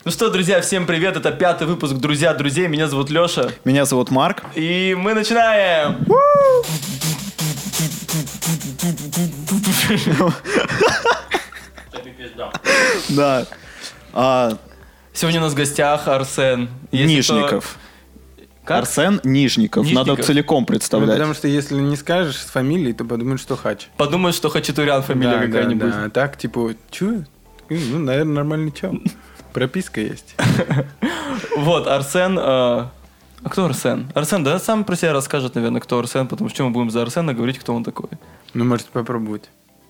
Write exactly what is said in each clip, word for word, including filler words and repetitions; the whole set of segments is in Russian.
Ну что, друзья, всем привет, это пятый выпуск «Друзья друзей», меня зовут Леша. Меня зовут Марк. И мы начинаем! Да. А, Сегодня у нас в гостях Арсен. Если Нижников. Как? Арсен Нижников. Нижников. Надо целиком Ну, представлять. потому что если не скажешь с фамилией, то подумают, что Хач. Подумают, что Хачатурян фамилия Да, какая-нибудь. Да, да. Так, типа, чё? Ну, наверное, нормальный чел. Прописка есть. Вот, Арсен... э, А кто Арсен? Арсен, да, сам про себя расскажет, наверное, кто Арсен, потому что мы будем за Арсена говорить, кто он такой. Ну, можете попробовать.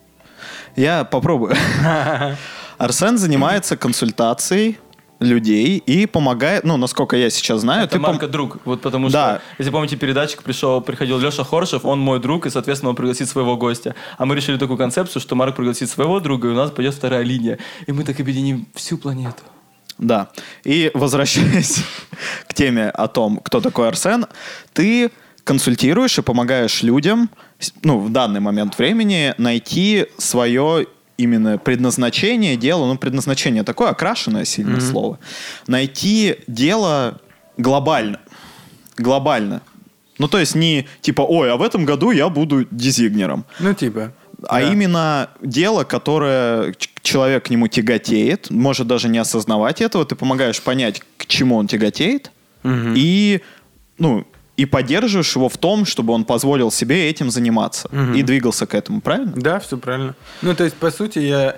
Я попробую. Арсен занимается консультацией людей и помогает, ну, насколько я сейчас знаю... Это ты Марка пом- друг, вот потому Да. что, если помните, передатчик пришел, приходил Леша Хоршев, он мой друг, и, соответственно, он пригласит своего гостя. А мы решили такую концепцию, что Марк пригласит своего друга, и у нас пойдет вторая линия. И мы так объединим всю планету. Да. И возвращаясь к теме о том, кто такой Арсен, ты консультируешь и помогаешь людям, ну, в данный момент времени найти свое именно предназначение, дело, ну, предназначение такое окрашенное сильное mm-hmm. слово, найти дело глобально. Глобально. Ну, то есть не типа, ой, а в этом году я буду дизайнером. Ну, типа. А да. именно дело, которое ч- человек к нему тяготеет, может даже не осознавать этого, ты помогаешь понять, к чему он тяготеет, Мгм. и, ну, и поддерживаешь его в том, чтобы он позволил себе этим заниматься Мгм. и двигался к этому, правильно? Да, все правильно. Ну, то есть, по сути, я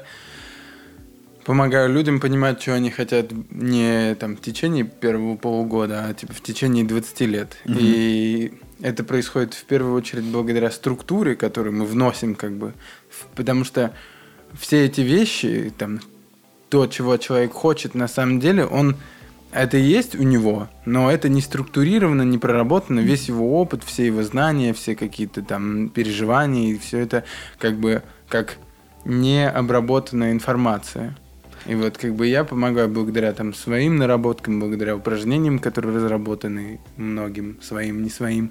помогаю людям понимать, что они хотят не там в течение первого полугода, а типа в течение двадцати лет. Мгм. И это происходит в первую очередь благодаря структуре, которую мы вносим, как бы, в- потому что все эти вещи, там, то, чего человек хочет, на самом деле, он это и есть у него, но это не структурировано, не проработано, весь его опыт, все его знания, все какие-то там переживания, и все это как бы как необработанная информация. И вот как бы я помогаю благодаря там своим наработкам, благодаря упражнениям, которые разработаны многим, своим, не своим,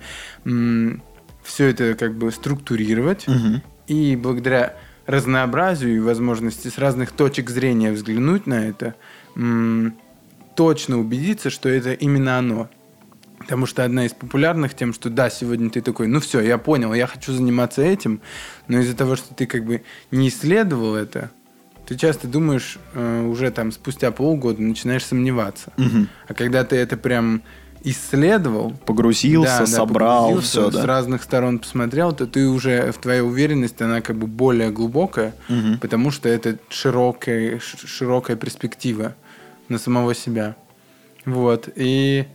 все это как бы структурировать, Мгм. и благодаря разнообразию и возможности с разных точек зрения взглянуть на это, м, точно убедиться, что это именно оно. Потому что одна из популярных тем, что да, сегодня ты такой, ну все, я понял, я хочу заниматься этим, но из-за того, что ты как бы не исследовал это, ты часто думаешь, э, уже там спустя полгода начинаешь сомневаться. Мгм. А когда ты это прям исследовал, Погрузился, да, да, собрал, погрузился, все, с да. разных сторон посмотрел, то ты уже, в твоя уверенность, она как бы более глубокая, Мгм. потому что это широкая, ш- широкая перспектива на самого себя. Вот. И,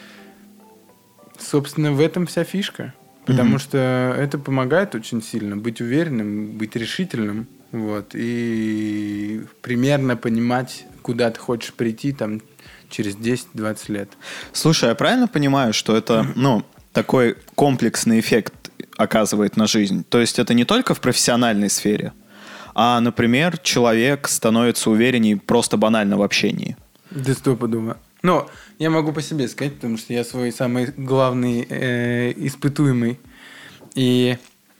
собственно, в этом вся фишка. Потому Мгм. что это помогает очень сильно быть уверенным, быть решительным. Вот. И примерно понимать, куда ты хочешь прийти там через десять-двадцать лет. Слушай, я правильно понимаю, что это, ну, такой комплексный эффект оказывает на жизнь? То есть это не только в профессиональной сфере, а, например, человек становится увереннее просто банально в общении. Да стопудово. Но я могу по себе сказать, потому что я свой самый главный э, испытуемый. И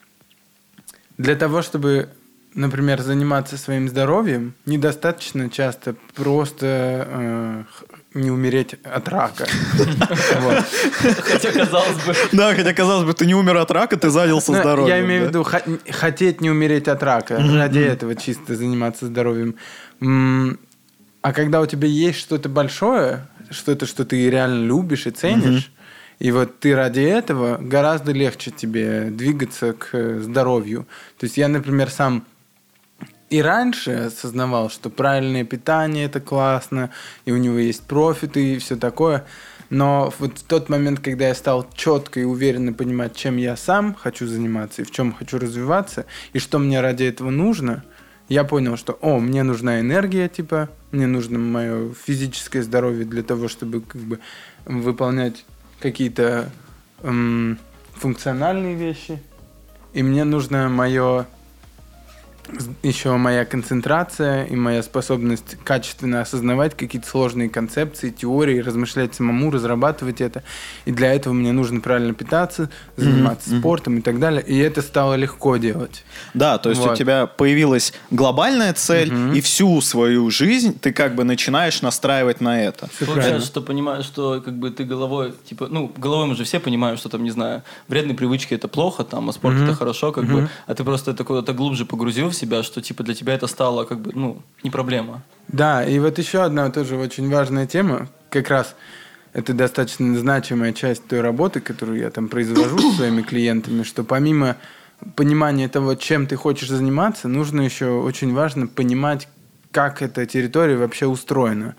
для того, чтобы, например, заниматься своим здоровьем, недостаточно часто просто э, х- не умереть от рака. Вот. Хотя, казалось бы... Да, хотя, казалось бы, ты не умер от рака, ты занялся Ну, здоровьем. Я имею в да? виду хо- хотеть не умереть от рака. Ради этого чисто заниматься здоровьем. М, А когда у тебя есть что-то большое, что-то, что ты реально любишь и ценишь, и вот ты ради этого гораздо легче тебе двигаться к э, здоровью. То есть я, например, сам и раньше осознавал, что правильное питание – это классно, и у него есть профиты и все такое. Но вот в тот момент, когда я стал четко и уверенно понимать, чем я сам хочу заниматься и в чем хочу развиваться, и что мне ради этого нужно, я понял, что, о, мне нужна энергия, типа, мне нужно мое физическое здоровье для того, чтобы как бы выполнять какие-то эм, функциональные вещи, и мне нужно мое еще моя концентрация и моя способность качественно осознавать какие-то сложные концепции, теории, размышлять самому, разрабатывать это. И для этого мне нужно правильно питаться, заниматься mm-hmm. спортом и так далее. И это стало легко делать. Да, то есть вот. У тебя появилась глобальная цель, mm-hmm. и всю свою жизнь ты как бы начинаешь настраивать на это. Все Получается, что понимаешь, что как бы ты головой, типа, ну, головой мы же все понимаем, что там, не знаю, вредные привычки это плохо, там, а спорт mm-hmm. это хорошо, как mm-hmm. бы, а ты просто это куда-то глубже погрузил в себя, что типа для тебя это стало как бы, ну, не проблема. Да, и вот еще одна тоже очень важная тема, как раз это достаточно значимая часть той работы, которую я там произвожу с своими клиентами, что помимо понимания того, чем ты хочешь заниматься, нужно еще очень важно понимать, как эта территория вообще устроена.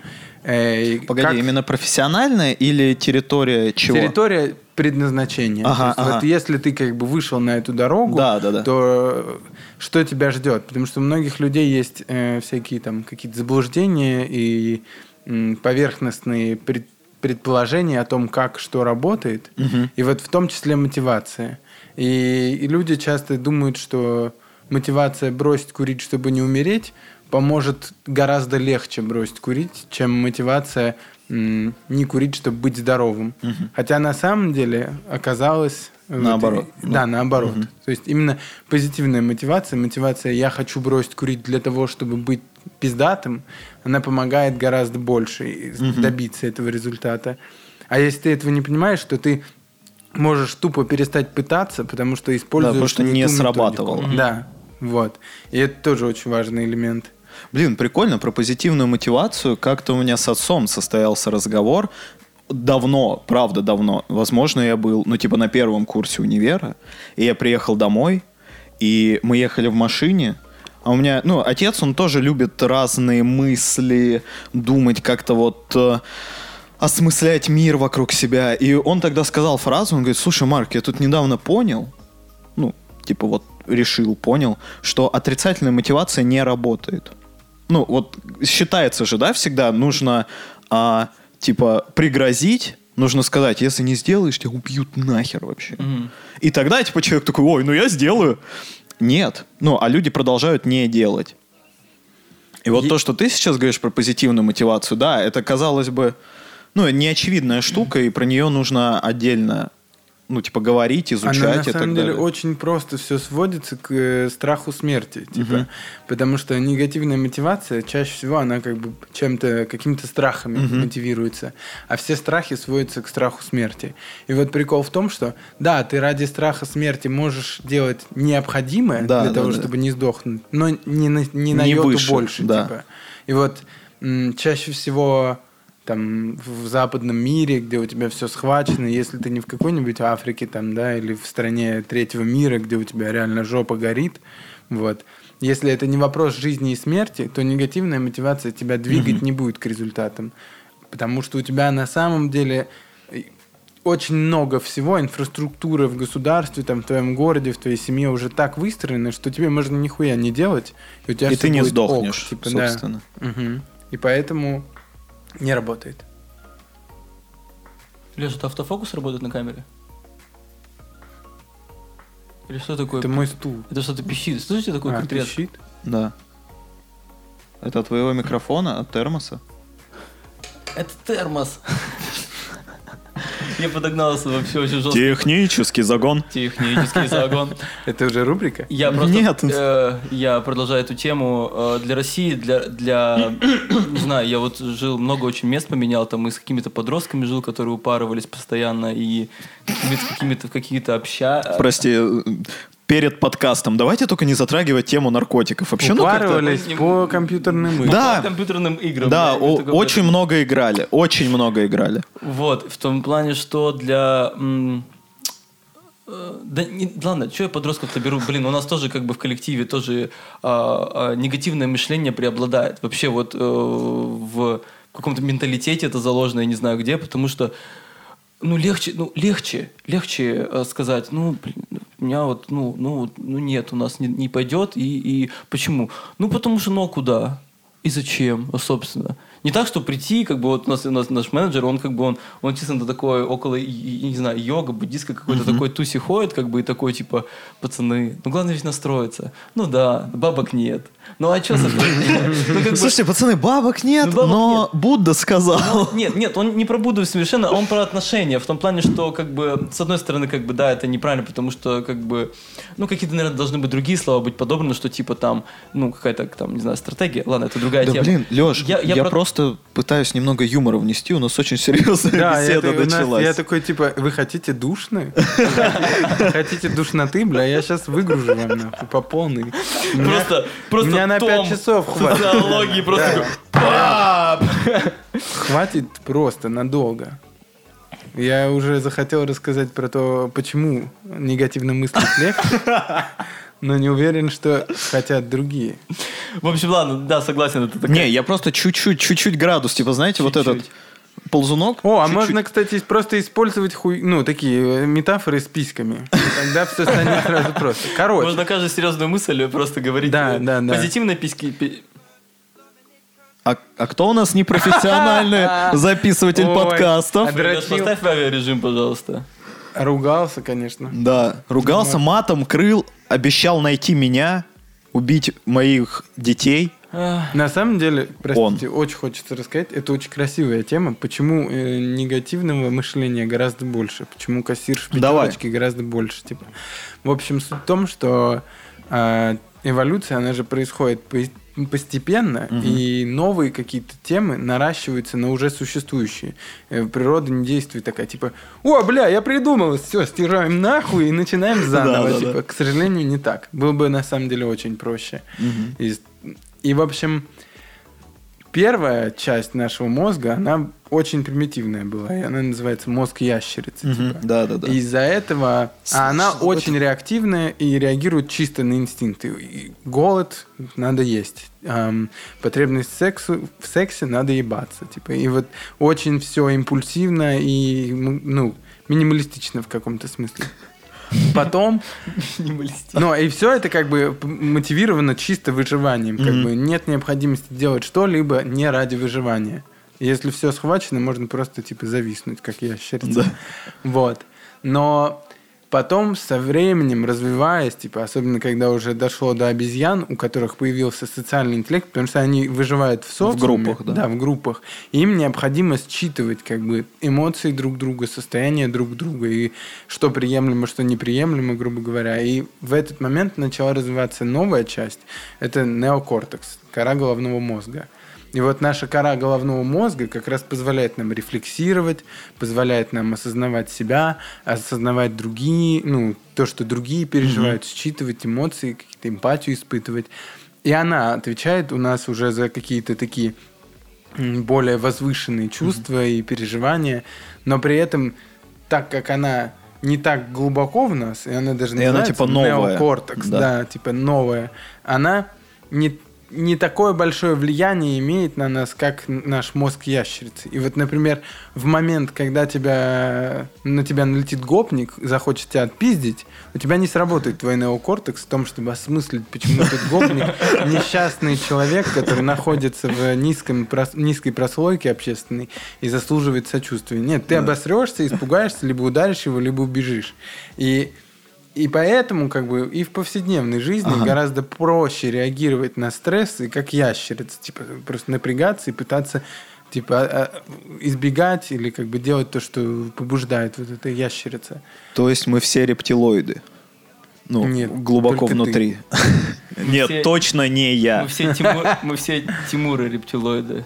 Э, Погоди, как... именно профессиональная или территория чего? Территория предназначения. Ага, То есть, ага. вот если ты как бы вышел на эту дорогу, да, да, да. то что тебя ждет? Потому что у многих людей есть э, всякие там какие-то заблуждения и э, поверхностные пред, предположения о том, как что работает. Угу. И вот в том числе мотивация. И, и люди часто думают, что мотивация бросить курить, чтобы не умереть, поможет гораздо легче бросить курить, чем мотивация м, не курить, чтобы быть здоровым. Угу. Хотя на самом деле оказалось... Наоборот. Вот, да, наоборот. Угу. То есть именно позитивная мотивация, мотивация «я хочу бросить курить для того, чтобы быть пиздатым», она помогает гораздо больше угу. добиться этого результата. А если ты этого не понимаешь, то ты можешь тупо перестать пытаться, потому что используешь... Да, потому что не срабатывало. Угу. Да, вот. И это тоже очень важный элемент. Блин, прикольно, про позитивную мотивацию. Как-то у меня с отцом состоялся разговор. Давно, правда давно. Возможно, я был, ну, типа на первом курсе универа. И я приехал домой, и мы ехали в машине. А у меня, ну, отец, он тоже любит разные мысли, думать как-то вот... Э, осмыслять мир вокруг себя. И он тогда сказал фразу, он говорит: слушай, Марк, я тут недавно понял, ну, типа вот решил, понял, что отрицательная мотивация не работает. Ну, вот считается же, да, всегда нужно, а, типа, пригрозить, нужно сказать: если не сделаешь, тебя убьют нахер вообще. Mm-hmm. И тогда, типа, человек такой: ой, ну я сделаю. Нет. Ну, а люди продолжают не делать. И вот е- то, что ты сейчас говоришь про позитивную мотивацию, да, это, казалось бы, ну, неочевидная штука, и про нее нужно отдельно, ну, типа, говорить, изучать. Она, на и так самом деле, далее. очень просто все сводится к э, страху смерти. Типа, uh-huh. Потому что негативная мотивация, чаще всего, она как бы чем-то, какими-то страхами uh-huh. мотивируется. А все страхи сводятся к страху смерти. И вот прикол в том, что, да, ты ради страха смерти можешь делать необходимое да, для да, того, да. чтобы не сдохнуть, но не на, не на не йоту выше, больше. Да. Типа. И вот м- чаще всего... там, в западном мире, где у тебя все схвачено, если ты не в какой-нибудь Африке там, да, или в стране третьего мира, где у тебя реально жопа горит, вот. Если это не вопрос жизни и смерти, то негативная мотивация тебя двигать mm-hmm. не будет к результатам, потому что у тебя на самом деле очень много всего, инфраструктура в государстве, там, в твоем городе, в твоей семье уже так выстроена, что тебе можно нихуя не делать, и у тебя и все ты не будет сдохнешь, ок, типа, собственно. Да. Угу. И поэтому не работает. Леша, это автофокус работает на камере? Или что такое? Это мой стул. Это что-то пищит. Слышите такой а, портрет? Пищит? Да. Это от твоего микрофона, от термоса? Это термос. Я подогнался вообще очень жестко. Технический загон. Технический загон. Это уже рубрика? Я просто, Нет. Э, я продолжаю эту тему. Э, для России, для, для... Не знаю, я вот жил, много очень мест поменял, там и с какими-то подростками жил, которые упарывались постоянно, и с какими-то в какие-то обща... Прости, перед подкастом давайте только не затрагивать тему наркотиков. Вообще, упарывались ну, по компьютерным играм. Да. По компьютерным играм. Да, да, о- очень много играли. Очень много играли. Вот, в том плане, что для... М- э, да, не, ладно, что я подростков-то беру? Блин, у нас тоже как бы в коллективе тоже а, а, негативное мышление преобладает. Вообще вот э, в каком-то менталитете это заложено, я не знаю где, потому что ну, легче, ну, легче, легче э, сказать, ну, блин, у меня вот, ну, ну, ну нет, у нас не, не пойдет, и, и почему? Ну, потому что, ну, а куда? И зачем, собственно? Не так, что прийти, как бы вот у нас, у нас наш менеджер, он как бы он, он чисто на такой около, я не знаю, йога, буддистской какой-то uh-huh. такой туси ходит, как бы и такой типа, пацаны, ну главное ведь настроиться. Ну да, бабок нет. Ну а что со мной? Слушайте, пацаны, бабок нет, но Будда сказал. Нет, нет, он не про Будду совершенно, он про отношения, в том плане, что как бы с одной стороны, как бы да, это неправильно, потому что как бы, ну какие-то, наверное, должны быть другие слова быть подобраны, что типа там, ну какая-то там, не знаю, стратегия. Ладно, это другая да, тема. Блин, Леш, я, я, я про... просто пытаюсь немного юмора внести, у нас очень серьезная да, беседа это, началась. Нас, я такой, типа, вы хотите душны? Хотите душноты? Бля, я сейчас выгружу вам нахуй по полной. Просто, просто меня на пять часов хватит. Социологии просто такой... Хватит просто надолго. Я уже захотел рассказать про то, почему негативно мыслить легче, но не уверен, что хотят другие. В общем, ладно, да, согласен. Это такая... Не, я просто чуть-чуть, чуть-чуть градус, типа, знаете, чуть-чуть. Вот этот ползунок. О, а чуть-чуть. можно, кстати, просто использовать хуй... ну, такие метафоры с письками. Тогда все станет сразу просто. Короче. Можно каждую серьезную мысль просто говорить. Да, да, да. Позитивные письки... А, а кто у нас непрофессиональный записыватель подкастов? Поставь авиарежим, пожалуйста. Ругался, конечно. Да, ругался матом, крыл, обещал найти меня, убить моих детей. На самом деле, простите, Он. очень хочется рассказать, это очень красивая тема, почему э, негативного мышления гораздо больше, почему кассирш в пятерочке гораздо больше. Типа. В общем, суть в том, что э, эволюция, она же происходит постепенно, угу. и новые какие-то темы наращиваются на уже существующие. Природа не действует такая, типа, о, бля, я придумал, все, стираем нахуй и начинаем заново. Да, типа, да. К сожалению, не так. Было бы на самом деле очень проще. Угу. И, и, в общем, первая часть нашего мозга, она очень примитивная была, и она называется мозг ящерицы. Угу. Типа. Да, да, да. И из-за этого а она Что очень это? реактивная и реагирует чисто на инстинкты. И голод надо есть, эм, потребность в, сексу, в сексе надо ебаться. Типа. И вот очень все импульсивно и ну, минималистично в каком-то смысле. Потом, ну и все это как бы мотивировано чисто выживанием. Как mm-hmm. бы нет необходимости делать что-либо не ради выживания. Если все схвачено, можно просто типа зависнуть, как ящерица. Да. Вот. Но потом со временем развиваясь, типа особенно когда уже дошло до обезьян, у которых появился социальный интеллект, потому что они выживают в социуме, в группах, да. да, в группах, и им необходимо считывать как бы эмоции друг друга, состояние друг друга и что приемлемо, что неприемлемо, грубо говоря. И в этот момент начала развиваться новая часть. Это неокортекс, кора головного мозга. И вот наша кора головного мозга как раз позволяет нам рефлексировать, позволяет нам осознавать себя, осознавать другие, ну, то, что другие переживают, mm-hmm. считывать эмоции, какие-то эмпатию испытывать. И она отвечает у нас уже за какие-то такие более возвышенные чувства mm-hmm. и переживания, но при этом, так как она не так глубоко в нас, и она даже называется типа неокортекс, да. да, типа новая, она не не такое большое влияние имеет на нас, как наш мозг ящерицы. И вот, например, в момент, когда тебя, на тебя налетит гопник, захочет тебя отпиздить, у тебя не сработает твой неокортекс в том, чтобы осмыслить, почему этот гопник несчастный человек, который находится в низком, низкой прослойке общественной и заслуживает сочувствия. Нет, ты обосрешься, испугаешься, либо ударишь его, либо убежишь. И И поэтому как бы и в повседневной жизни ага. гораздо проще реагировать на стрессы, как ящерица, типа просто напрягаться и пытаться типа избегать или как бы делать то, что побуждает вот эта ящерица. То есть мы все рептилоиды? Ну, Нет, глубоко внутри. Нет, точно не я. Мы все Тимуры рептилоиды.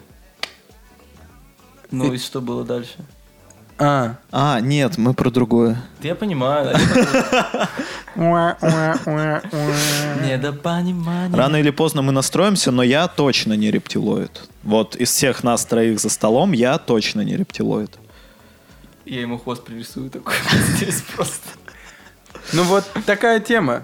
Ну и что было дальше? А. а, нет, мы про другое. Я понимаю. Недопонимание. Рано или поздно мы настроимся, но я точно не рептилоид. Вот из всех нас троих за столом я точно не рептилоид. Я ему хвост пририсую такой здесь просто. Ну вот такая тема.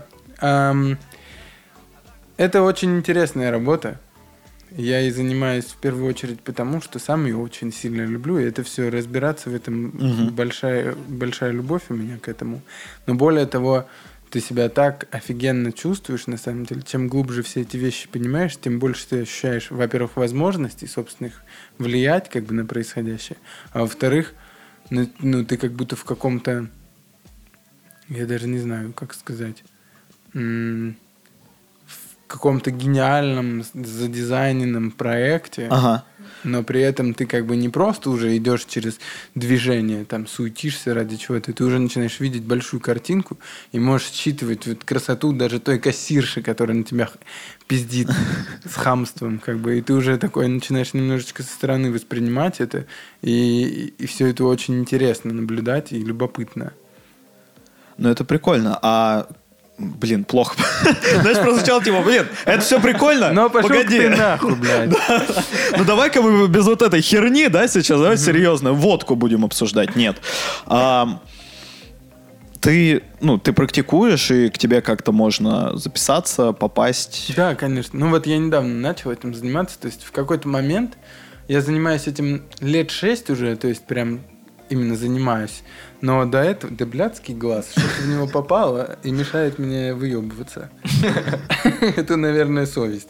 Это очень интересная работа. Я и занимаюсь в первую очередь потому, что сам ее очень сильно люблю, и это все разбираться в этом угу. большая, большая любовь у меня к этому. Но более того, ты себя так офигенно чувствуешь, на самом деле. Чем глубже все эти вещи понимаешь, тем больше ты ощущаешь, во-первых, возможностей собственных влиять как бы на происходящее, а во-вторых, ну, ну ты как будто в каком-то, я даже не знаю, как сказать, м- в каком-то гениальном задизайненном проекте, Ага. но при этом ты как бы не просто уже идешь через движение, там, суетишься ради чего-то, ты уже начинаешь видеть большую картинку и можешь считывать вот красоту даже той кассирши, которая на тебя пиздит с хамством, как бы, и ты уже такой начинаешь немножечко со стороны воспринимать это, и, и все это очень интересно наблюдать и любопытно. Ну, это прикольно. А блин, плохо. Знаешь, прозвучало типа, блин, это все прикольно. Но пошел Погоди. ты нахуй, блядь. Ну давай-ка мы без вот этой херни, да, сейчас, давай серьезно, водку будем обсуждать. Нет. А, ты, ну, ты практикуешь, и к тебе как-то можно записаться, попасть. Да, конечно. Ну вот я недавно начал этим заниматься, то есть в какой-то момент я занимаюсь этим лет шесть уже, то есть прям именно занимаюсь. Но до этого, да блядский глаз, что-то в него попало и мешает мне выебываться. Это, наверное, совесть.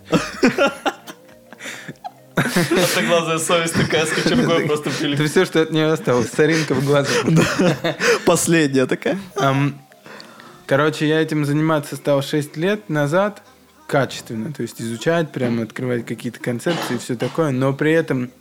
Одноглазая совесть такая с кочергой просто прилипла. Это все, что от нее осталось. Соринка в глазу. Последняя такая. Короче, я этим заниматься стал шесть лет назад качественно. То есть изучать, прямо открывать какие-то концепции и все такое. Но при этом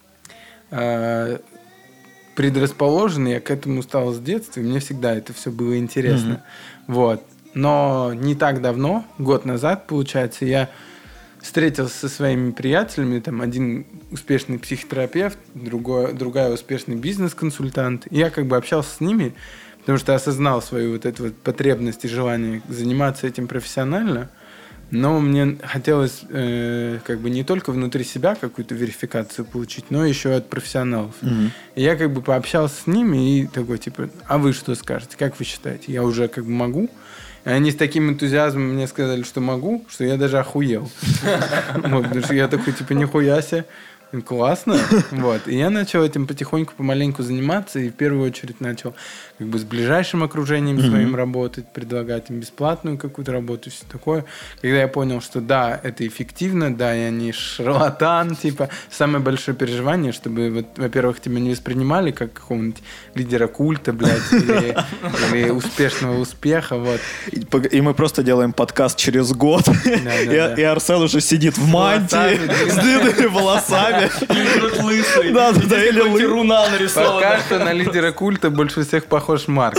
предрасположенный я к этому стал с детства. И мне всегда это все было интересно. Вот. Но не так давно, год назад, получается, я встретился со своими приятелями, там один успешный психотерапевт, другой, другая успешный бизнес-консультант. И я как бы общался с ними, потому что осознал свою вот эту вот потребность и желание заниматься этим профессионально. Но мне хотелось э, как бы не только внутри себя какую-то верификацию получить, но еще от профессионалов. Mm-hmm. И я как бы пообщался с ними и такой типа, а вы что скажете, как вы считаете? Я уже как бы могу? И они с таким энтузиазмом мне сказали, что могу, что я даже охуел. Потому что я такой, типа, нихуя себе, классно. Вот. И я начал этим потихоньку, помаленьку заниматься, и в первую очередь начал как бы с ближайшим окружением своим работать, предлагать им бесплатную какую-то работу, все такое. Когда я понял, что да, это эффективно, да, я не шарлатан, типа, самое большое переживание, чтобы, вот, во-первых, тебя не воспринимали как какого-нибудь лидера культа, блядь, или, или успешного успеха, вот. И, и мы просто делаем подкаст через год, Да, и, да, да. и Арсен уже сидит в мантии, с длинными волосами. Или лысый. Да, да, И да, здесь или какой-то лы- руна нарисована. Пока что на лидера культа больше всех похож Марк.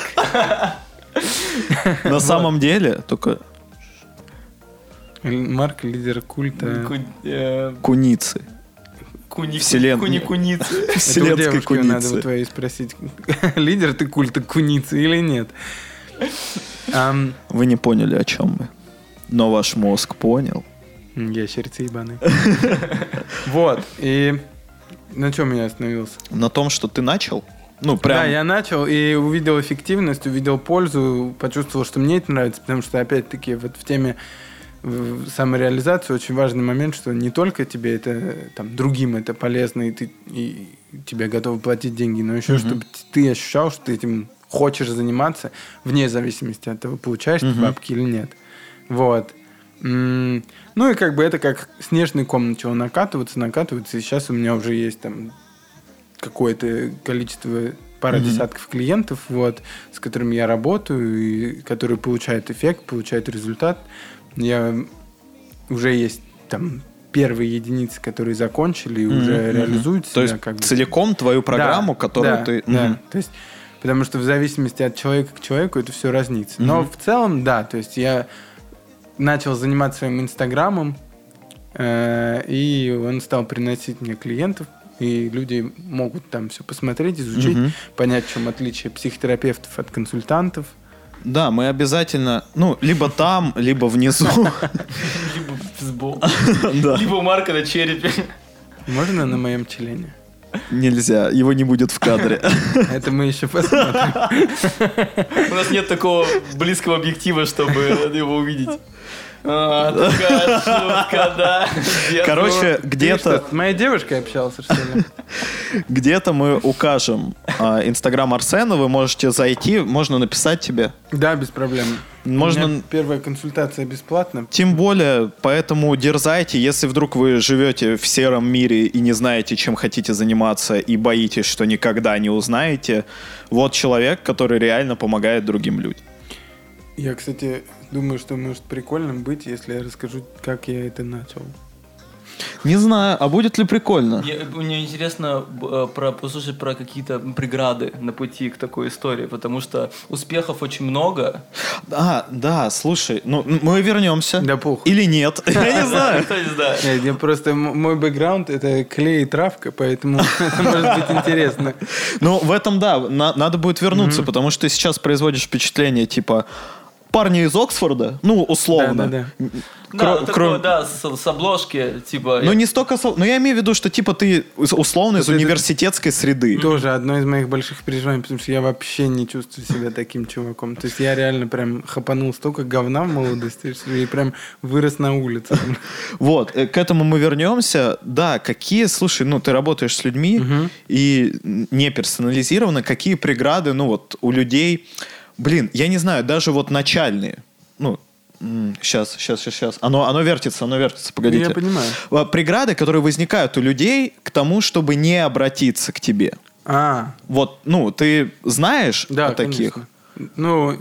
На самом деле, только Марк лидер культа. Ку- э, куницы. Куни Вселен- куни куницы. Это у Вселенской девушки надо куницы. у твоей спросить, лидер ты культа куницы или нет. Ам, Вы не поняли, о чем мы. Но ваш мозг понял. Ящерицы ебаные. Вот. И на чем я остановился? На том, что ты начал. Ну, прям. Да, я начал и увидел эффективность, увидел пользу, почувствовал, что мне это нравится, потому что, опять-таки, вот в теме в самореализации очень важный момент, что не только тебе это, там, другим это полезно, и ты и тебе готовы платить деньги, но еще, Мгм. чтобы ты ощущал, что ты этим хочешь заниматься, вне зависимости от того, получаешь ты Мгм. бабки или нет. Вот. М, Ну и как бы это как снежный ком начал накатываться, накатываться, и сейчас у меня уже есть там какое-то количество, пара Мгм. десятков клиентов, вот, с которыми я работаю, и которые получают эффект, получают результат. Я уже есть там первые единицы, которые закончили и Мгм, уже мгм. реализуют То себя есть как бы. целиком твою программу, Да, которую да, ты... да. Мгм. То есть, потому что в зависимости от человека к человеку это все разнится. Но Мгм. в целом, да, то есть я начал заниматься своим инстаграмом, э, и он стал приносить мне клиентов, и люди могут там все посмотреть, изучить, Мгм. понять, в чем отличие психотерапевтов от консультантов. Да, мы обязательно, ну, либо там, либо внизу. Либо сбоку. Да. Либо у Марка на черепе. Можно на моем члене? Нельзя, его не будет в кадре. Это мы еще посмотрим. У нас нет такого близкого объектива, чтобы его увидеть. А, такая шутка, да. Короче, Ты где-то... что, с моей девушкой общался, что ли? Где-то мы укажем а, Инстаграм Арсена, вы можете зайти, можно написать тебе. Да, без проблем. Можно... У меня первая консультация бесплатна. Тем более, поэтому дерзайте, если вдруг вы живете в сером мире и не знаете, чем хотите заниматься, и боитесь, что никогда не узнаете, вот человек, который реально помогает другим людям. Я, кстати, думаю, что может прикольно быть, если я расскажу, как я это начал. Не знаю, а будет ли прикольно? Мне, мне интересно э, про, послушать про какие-то преграды на пути к такой истории, потому что успехов очень много. А, да, слушай, ну мы вернемся. Да пух. Или нет, я не знаю. То есть, да. Нет, я просто, м- мой бэкграунд — это клей и травка, поэтому это может быть интересно. Ну, в этом, да, на- надо будет вернуться, потому что ты сейчас производишь впечатление, типа, парни из Оксфорда, ну, условно. Да-да-да. Да, Кро- вот такое, кро- да, с, с обложки, типа... Ну, не столько... со- Но я имею в виду, что, типа, ты условно из это- университетской среды. Тоже одно из моих больших переживаний, потому что я вообще не чувствую себя таким чуваком. То есть я реально прям хапанул столько говна в молодости, что я прям вырос на улице. Вот, э, к этому мы вернемся. Да, какие, слушай, ну, ты работаешь с людьми, и не персонализированно, какие преграды, ну, вот, у людей... Блин, я не знаю, даже вот начальные, ну, сейчас, сейчас, сейчас, сейчас, оно, оно вертится, оно вертится, погодите. Я понимаю. А, преграды, которые возникают у людей к тому, чтобы не обратиться к тебе. А, Вот, ну, ты знаешь да, о таких? конечно. Ну,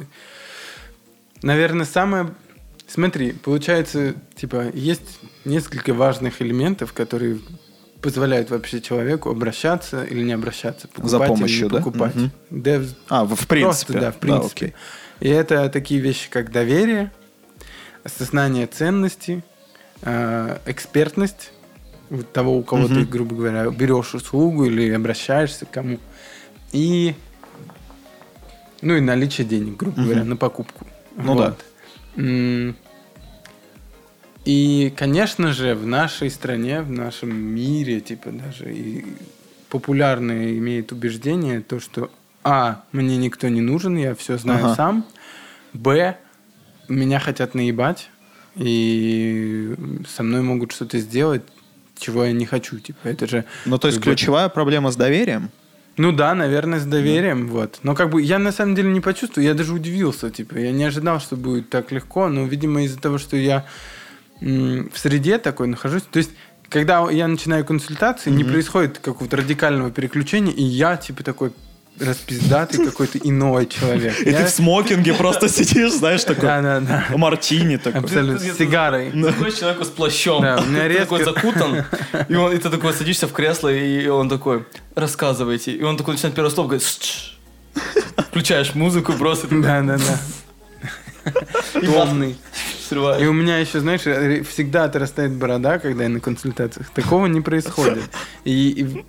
наверное, самое... Смотри, получается, типа, есть несколько важных элементов, которые позволяют вообще человеку обращаться или не обращаться, покупать За помощью, или не да? покупать. Мгм. Да, в- А, в в принципе. Просто, да, в принципе. окей. И это такие вещи, как доверие, осознание ценностей, э, экспертность вот того, у кого Мгм. ты, грубо говоря, берешь услугу или обращаешься к кому. И, ну, и наличие денег, грубо Мгм. говоря, на покупку. Ну да. М, И, конечно же, в нашей стране, в нашем мире, типа даже и популярное имеет убеждение то, что а, мне никто не нужен, я все знаю Ага. сам, б, меня хотят наебать, и со мной могут что-то сделать, чего я не хочу. Типа, это же... Ну, то есть как бы- ключевая проблема с доверием? Ну да, наверное, с доверием, вот. Но как бы я на самом деле не почувствовал, я даже удивился, типа, я не ожидал, что будет так легко, но, видимо, из-за того, что я м, в среде такой нахожусь, то есть, когда я начинаю консультации, не происходит какого-то радикального переключения, и я, типа, такой распиздатый какой-то иной человек. И ты в смокинге просто сидишь, знаешь, такой Да, да, да. мартини такой. Абсолютно. С сигарой. Заходишь человеку с плащом, Да, у меня ты такой резко- закутан, и, он, и ты такой садишься в кресло, и он такой, рассказывайте. И он такой начинает первое слово, говорит, «Ш-ш-ш». Включаешь музыку просто. такой, Да, да, да. И Томный. И срываешь. у меня еще, знаешь, ре- всегда отрастает борода, когда я на консультациях. Такого не происходит. И, и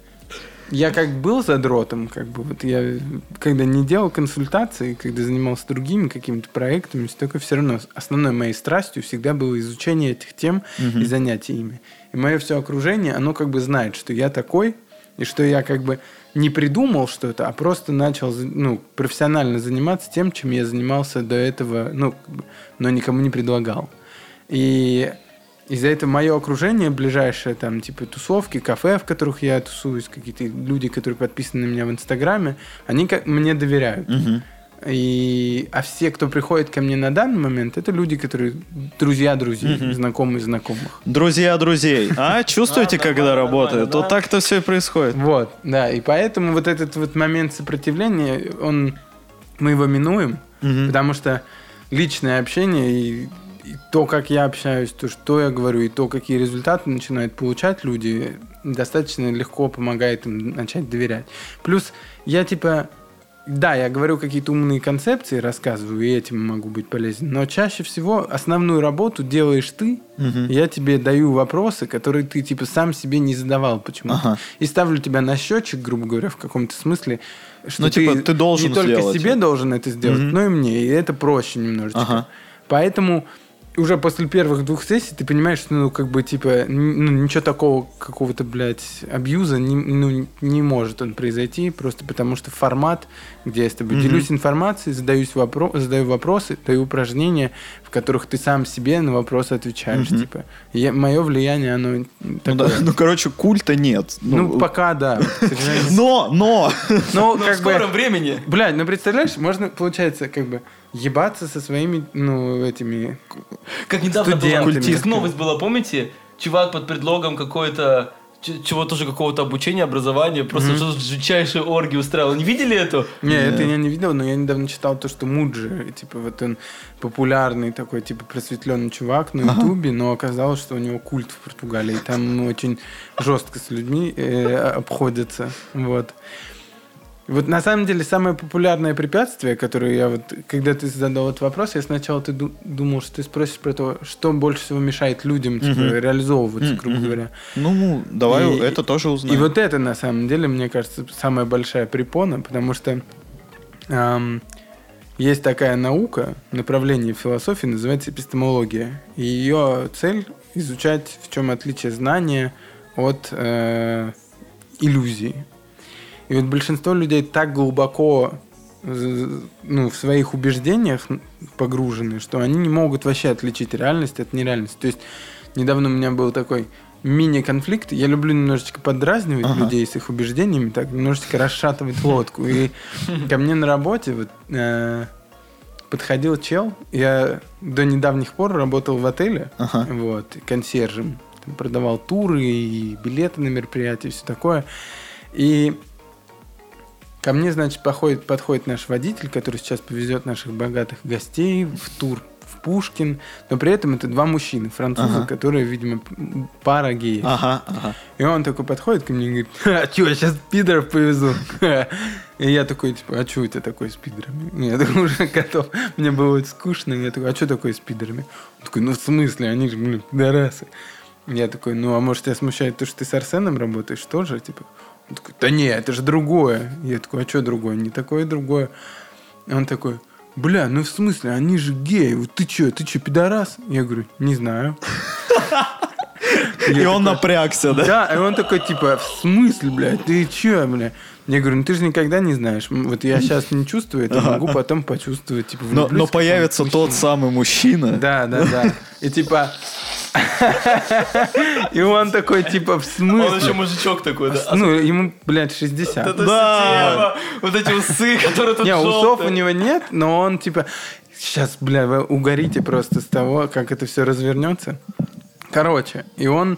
я как был задротом, как бы вот я, когда не делал консультации, когда занимался другими какими-то проектами, только все равно основной моей страстью всегда было изучение этих тем и занятие ими. И мое все окружение, оно как бы знает, что я такой, и что я как бы не придумал что-то, а просто начал ну, профессионально заниматься тем, чем я занимался до этого, ну, как бы, но никому не предлагал. И из-за этого мое окружение ближайшее, там, типа, тусовки, кафе, в которых я тусуюсь, какие-то люди, которые подписаны на меня в Инстаграме, они как, мне доверяют. Мгм. И, а все, кто приходит ко мне на данный момент, это люди, которые друзья друзей, знакомые знакомых. Друзья друзей. А, чувствуете, Да, когда нормально, работает? нормально, Вот да. так-то все и происходит. Вот, да, и поэтому вот этот вот момент сопротивления, он, мы его минуем, Мгм. потому что личное общение и, и то, как я общаюсь, то, что я говорю, и то, какие результаты начинают получать люди, достаточно легко помогает им начать доверять. Плюс я типа, да, я говорю какие-то умные концепции, рассказываю, и этим могу быть полезен, но чаще всего основную работу делаешь ты, Мгм. я тебе даю вопросы, которые ты типа сам себе не задавал почему-то. Ага. И ставлю тебя на счетчик, грубо говоря, в каком-то смысле, что Ну, типа, ты должен не только сделать себе это. должен это сделать, Мгм. но и мне. И это проще немножечко. Ага. Поэтому уже после первых двух сессий ты понимаешь, что, ну, как бы, типа, н- ну, ничего такого, какого-то, блядь, абьюза не, ну, не может он произойти, просто потому что формат, где я с тобой Мгм. делюсь информацией, задаюсь вопро- задаю вопросы, даю упражнения, в в которых ты сам себе на вопросы отвечаешь. Mm-hmm. Типа, я, мое влияние, оно ну, такое. Да, ну, короче, культа нет. Ну, ну пока, да. Но, но! Но, но как в скором бы, времени. Блядь, ну представляешь, можно, получается, как бы ебаться со своими, ну, этими как недавно студентами. была, как новость была, помните? Чувак под предлогом какой-то чего тоже какого-то обучения, образования, просто mm-hmm. жутчайшие оргии устраивал. Не видели эту? Не, yeah. это я не видел, но я недавно читал то, что Муджи, типа вот он популярный такой, типа просветленный чувак на Ютубе, uh-huh. но оказалось, что у него культ в Португалии. Там очень жестко с людьми э, обходятся. Вот. Вот на самом деле самое популярное препятствие, которое я вот, когда ты задал этот вопрос, я сначала ты думал, что ты спросишь про то, что больше всего мешает людям типа, uh-huh. реализовываться, грубо uh-huh. говоря. Ну, давай и, это тоже узнаем. И вот это, на самом деле, мне кажется, самая большая препона, потому что эм, есть такая наука, направление в философии, называется эпистемология. И ее цель — изучать, в чем отличие знания от э, иллюзии. И вот большинство людей так глубоко ну, в своих убеждениях погружены, что они не могут вообще отличить реальность от нереальности. То есть недавно у меня был такой мини-конфликт. Я люблю немножечко поддразнивать ага. людей с их убеждениями, так немножечко расшатывать лодку. И ко мне на работе вот, э, подходил чел. Я до недавних пор работал в отеле ага. вот, консьержем. Там продавал туры и билеты на мероприятия, и все такое. И ко мне, значит, подходит, подходит наш водитель, который сейчас повезет наших богатых гостей в тур в Пушкин, но при этом это два мужчины, французы, ага. которые, видимо, пара геев. Ага, ага. И он такой подходит ко мне и говорит: а что, я сейчас пидоров повезу? И я такой, типа, а что у тебя такое с пидорами? Я такой уже готов. Мне было очень скучно. Я такой, а что такое с пидорами? Он такой, ну в смысле, они же, блин, пидорасы. Я такой, ну а может тебя смущает то, что ты с Арсеном работаешь тоже, типа? Он такой, да не, это же другое. Я такой, а что другое? Не такое, другое. Он такой, бля, ну в смысле, они же геи. Вот ты что, ты что, пидорас? Я говорю, не знаю. И он напрягся, да? Да, и он такой, типа, в смысле, блядь, ты что, бля? Я говорю, ну ты же никогда не знаешь. Вот я сейчас не чувствую это, могу потом почувствовать. Типа, но, но появится тот самый мужчина. Да, да, да. И типа... И он такой, типа, в смысле? Он еще мужичок такой, да? Ну, ему, блядь, шестьдесят. Это да. Вот эти усы, которые тут не, желтые. Усов у него нет, но он, типа... Сейчас, бля, вы угорите просто с того, как это все развернется. Короче, и он...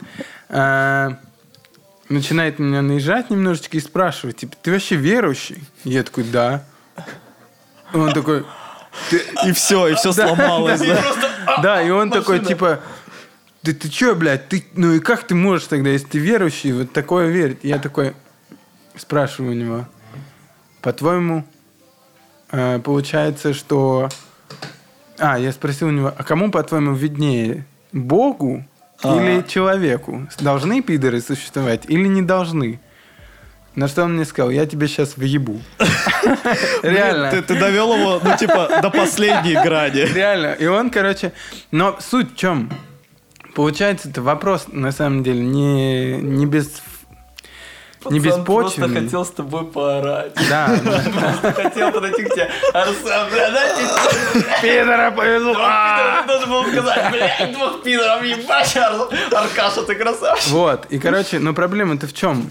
начинает на меня наезжать немножечко и спрашивать, типа, ты вообще верующий? И я такой, да. И он такой... Ты... И все, и все сломалось, да? Да, и он такой, типа, да ты че, блядь, ты, ну и как ты можешь тогда, если ты верующий, вот такое верить? И я такой спрашиваю у него, по-твоему, получается, что... А, я спросил у него, а кому, по-твоему, виднее, Богу или А-а-а. человеку? Должны пидоры существовать или не должны? На что он мне сказал, я тебе сейчас въебу. Реально. Ты, ты довел его, ну, типа, до последней грани. Реально. И он, короче... Но суть в чем? Получается, это вопрос, на самом деле, не, не без... Пацан не беспочвенный. просто хотел с тобой поорать. Да. Просто хотел подойти к тебе. Арсен, бля, дайте... Пидора повезу. Пидора, ты должен был сказать, блядь, двух пидоров ебать, Аркаша, ты красавчик. Вот. И, короче, но проблема-то в чем?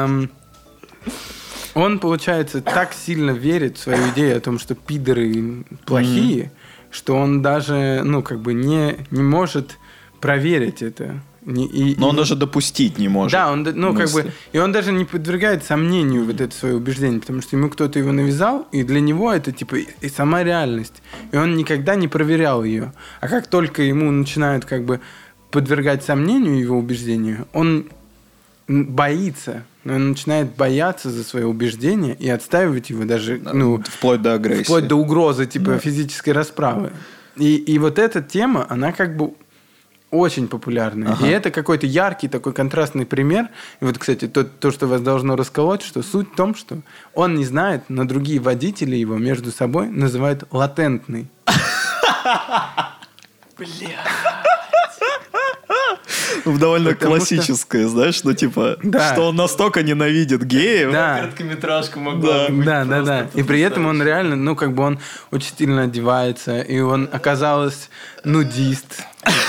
Он, получается, так сильно верит в свою идею о том, что пидоры плохие, что он даже, ну, как бы не, не может проверить это. Не, и, Но и, он даже допустить не может. Да, он, ну, мысли. как бы, и он даже не подвергает сомнению вот это свое убеждение, потому что ему кто-то его навязал, и для него это типа и сама реальность. И он никогда не проверял ее. А как только ему начинают как бы подвергать сомнению его убеждению, он боится. Он начинает бояться за свое убеждение и отстаивать его даже, ну, вплоть до агрессии. Вплоть до угрозы типа да. физической расправы. И, и вот эта тема, она как бы очень популярная. Ага. И это какой-то яркий такой контрастный пример. И вот, кстати, то, то, что вас должно расколоть, что суть в том, что он не знает, но другие водители его между собой называют латентный. Бля. Довольно Потому что- классическое, знаешь, ну типа, Да. что он настолько ненавидит геев. Да. Короткометражка могла быть Да, да, просто да. И при этом он реально, ну, как бы он очень стильно одевается, и он оказалось нудист.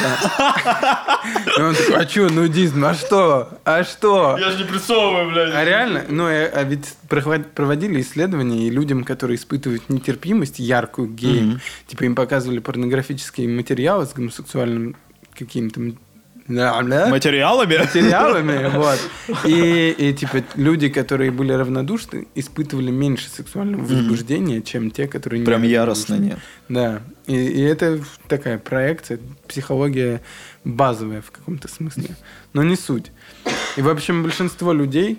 И он такой, а что нудист? Ну, а что? А что? Я же не прессовываю, блядь. А реально, ну, э, а ведь провод- проводили исследования, и людям, которые испытывают нетерпимость яркую к геям, типа им показывали порнографические материалы с гомосексуальным каким-то м- да, да, Материалами? материалами, вот. И, и, типа, люди, которые были равнодушны, испытывали меньше сексуального возбуждения, чем те, которые не Прям равнодушны. яростно нет. Да. И, и это такая проекция, психология базовая в каком-то смысле. Но не суть. И, в общем, большинство людей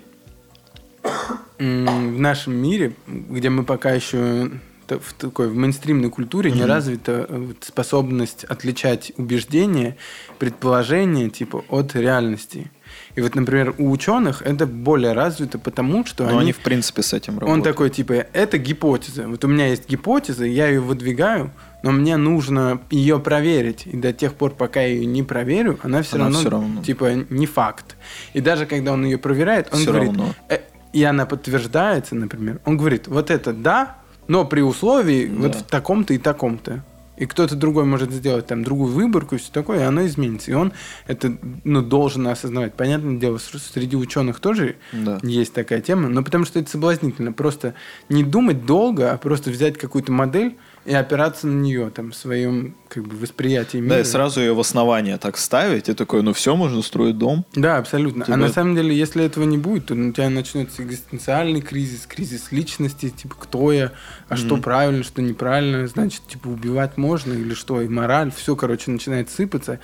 м, в нашем мире, где мы пока еще т- в такой в мейнстримной культуре не развита э, вот способность отличать убеждения, предположения типа от реальности. И вот, например, у ученых это более развито, потому что Но они они, в принципе, с этим он работают. такой, типа, это гипотеза. Вот у меня есть гипотеза, я ее выдвигаю, но мне нужно ее проверить. И до тех пор, пока я ее не проверю, она все Она равно, всё равно. типа, не факт. И даже когда он ее проверяет, он Всё говорит, равно. э, и она подтверждается, например, он говорит, вот это да, но при условии вот Да. в таком-то и таком-то. И кто-то другой может сделать там другую выборку и все такое, и оно изменится. И он это ну, должен осознавать. Понятное дело, что среди ученых тоже Да. есть такая тема, но потому что это соблазнительно. Просто не думать долго, а просто взять какую-то модель и опираться на нее там, в своем как бы, восприятии мира. Да, и сразу ее в основание так ставить, и такой, ну все, можно строить дом. Да, абсолютно. Типа А на это- самом деле, если этого не будет, то у тебя начнется экзистенциальный кризис, кризис личности, типа, кто я, а что правильно, что неправильно, значит, типа, убивать можно или что, и мораль, все, короче, начинает сыпаться.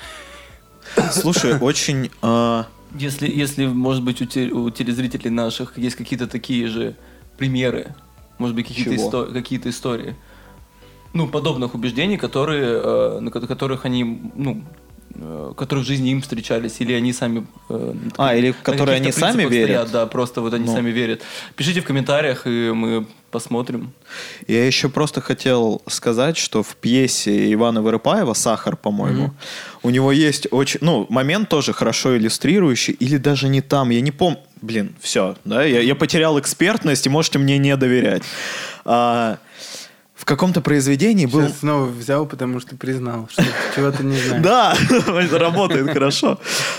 Слушай, очень... а, Если, если, может быть, у, те- у телезрителей наших есть какие-то такие же примеры, может быть, какие-то, Чего? исто- какие-то истории, ну, подобных убеждений, которые, э, на ко- которых они, ну, э, которые в жизни им встречались, или они сами... э, на А, или в на которые они каких-то сами принципах верят? стоят, да, просто вот они Ну. сами верят. Пишите в комментариях, и мы посмотрим. Я еще просто хотел сказать, что в пьесе Ивана Вырыпаева «Сахар», по-моему, у него есть очень... Ну, момент тоже хорошо иллюстрирующий, или даже не там, я не помню... Блин, все, да, я, я потерял экспертность, и можете мне не доверять. А, в каком-то произведении был... Сейчас снова взял, потому что признал, что чего-то не знаю. Да, это работает хорошо.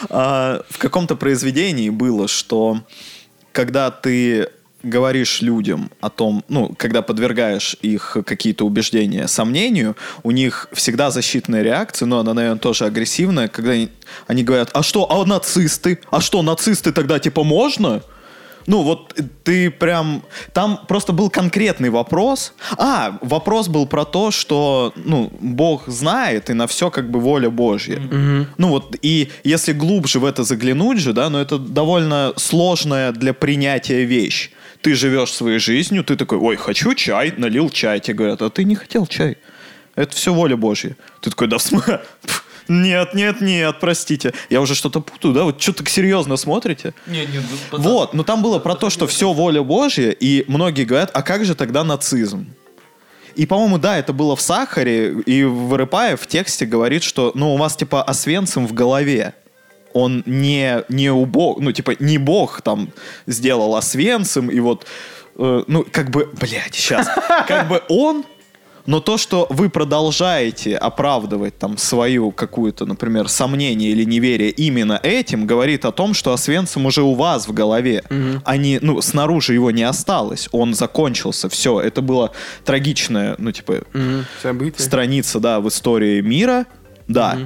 А, В каком-то произведении было, что когда ты говоришь людям о том, ну, когда подвергаешь их какие-то убеждения сомнению, у них всегда защитная реакция, но она, наверное, тоже агрессивная, когда они, они говорят, а что, а нацисты? А что, нацисты тогда типа можно? Ну, вот ты прям... Там просто был конкретный вопрос. А, вопрос был про то, что, ну, Бог знает, и на все как бы воля Божья. Ну вот, и если глубже в это заглянуть же, да, но это довольно сложная для принятия вещь. Ты живешь своей жизнью, ты такой, ой, хочу чай, налил чай. Тебе говорят, а ты не хотел чай. Это все воля Божья. Ты такой, да в смысле? Нет, нет, нет, простите. Я уже что-то путаю, да? Вот что так серьезно смотрите? Нет, нет, Вот, но там было про то, что все воля Божья, и многие говорят, а как же тогда нацизм? И, по-моему, да, это было в «Сахаре», и Вырыпаев в тексте говорит, что, ну, у вас, типа, Освенцим в голове. Он не, не у Бога, ну, типа, не Бог там сделал Освенцим, и вот, э, ну, как бы, блядь, сейчас, как бы он... Но то, что вы продолжаете оправдывать там свою какую-то, например, сомнение или неверие именно этим, говорит о том, что Освенцим уже у вас в голове, а не, ну, снаружи его не осталось, он закончился, все, это было трагичное, ну, типа, Мгм. Событие. страница, да, в истории мира, да.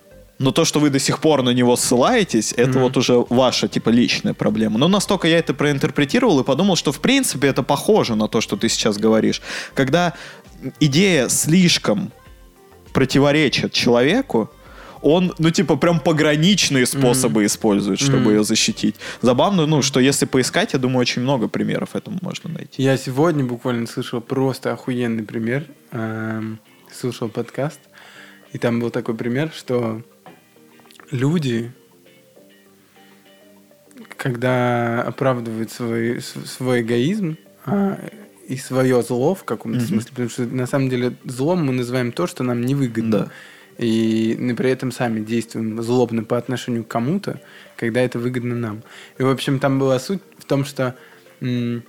Но то, что вы до сих пор на него ссылаетесь, это вот уже ваша, типа, личная проблема. Но настолько я это проинтерпретировал и подумал, что, в принципе, это похоже на то, что ты сейчас говоришь. Когда идея слишком противоречит человеку, он, ну, типа, прям пограничные способы использует, чтобы ее защитить. Забавно, ну, что если поискать, я думаю, очень много примеров этому можно найти. Я сегодня буквально слышал просто охуенный пример. Эм, Слушал подкаст, и там был такой пример, что люди, когда оправдывают свой, с- свой эгоизм а, и свое зло в каком-то смысле, потому что на самом деле злом мы называем то, что нам невыгодно. Да. И мы при этом сами действуем злобно по отношению к кому-то, когда это выгодно нам. И, в общем, там была суть в том, что м-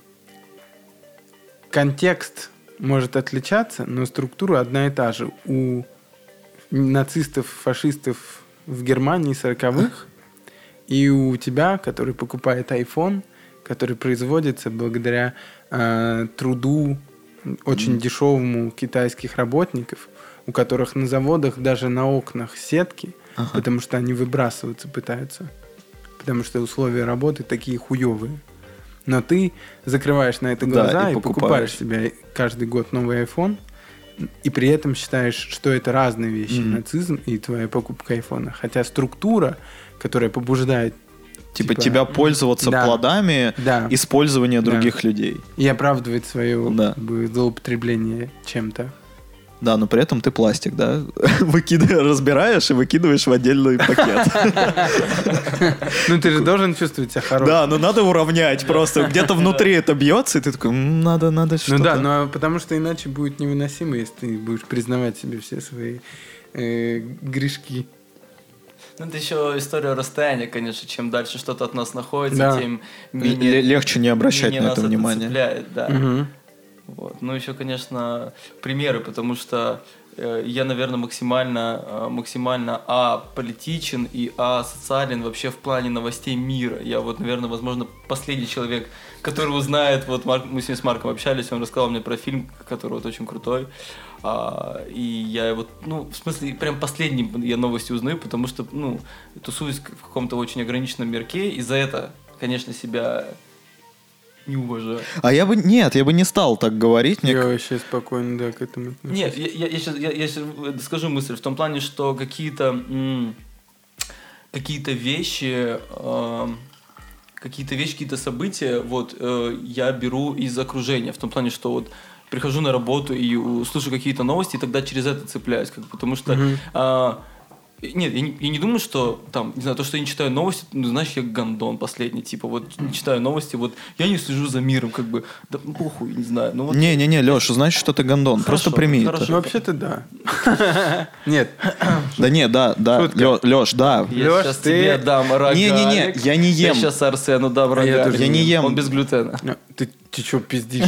контекст может отличаться, но структура одна и та же. У нацистов, фашистов в Германии сороковых и у тебя, который покупает iPhone, который производится благодаря э, труду очень mm. дешевому китайских работников, у которых на заводах даже на окнах сетки, ага. потому что они выбрасываться пытаются, потому что условия работы такие хуевые. Но ты закрываешь на это глаза да, и, и покупаешь. покупаешь себе каждый год новый iPhone, и при этом считаешь, что это разные вещи, mm-hmm. нацизм и твоя покупка айфона. Хотя структура, которая побуждает Типа, типа тебя пользоваться да, плодами да, использования да. других людей. И оправдывает свое да. как бы, злоупотребление чем-то. Да, но при этом ты пластик, да? Выкидываешь, разбираешь и выкидываешь в отдельный пакет. Ну, ты же должен чувствовать себя хорошим. Да, но надо уравнять просто. Где-то внутри это бьется, и ты такой, надо, надо что-то. Ну да, но потому что иначе будет невыносимо, если ты будешь признавать себе все свои грешки. Ну, это еще история расстояния, конечно. Чем дальше что-то от нас находится, да. тем менее... Легче не обращать менее на это внимание. Цепляет, да. Угу. Вот. Ну, еще, конечно, примеры, потому что э, я, наверное, максимально, э, максимально аполитичен и асоциален вообще в плане новостей мира. Я вот, наверное, возможно, последний человек, который узнает, вот Марк, мы с ним с Марком общались, он рассказал мне про фильм, который вот очень крутой. А, и я вот, ну, в смысле, прям последний я новости узнаю, потому что, ну, тусуюсь в каком-то очень ограниченном мирке, и за это, конечно, себя не уважаю. А я бы, нет, я бы не стал так говорить. Я мне... вообще спокойно, да, к этому отношусь. Нет, я, я, я, сейчас, я, я сейчас скажу мысль в том плане, что какие-то, м- какие-то вещи... Э- какие-то вещи, какие-то события, вот, э, я беру из окружения, в том плане, что вот прихожу на работу и слышу какие-то новости, и тогда через это цепляюсь, как, потому что... Mm-hmm. А, нет, я не, я не думаю, что там, не знаю, то, что я не читаю новости, ну, знаешь, я гондон последний, типа, вот, не читаю новости, вот, я не слежу за миром, как бы, да, ну, похуй, не знаю, ну, вот... Не-не-не, Леша, значит, что ты гондон, хорошо, просто прими хорошо. это. Ну, вообще-то да. Нет. Да нет, да, да, Леш, да. Я сейчас тебе дам рогалик. Не-не-не, я не ем. Я сейчас Арсену дам рогалик. Я не ем. Он без глютена. Ты, ты что пиздишь?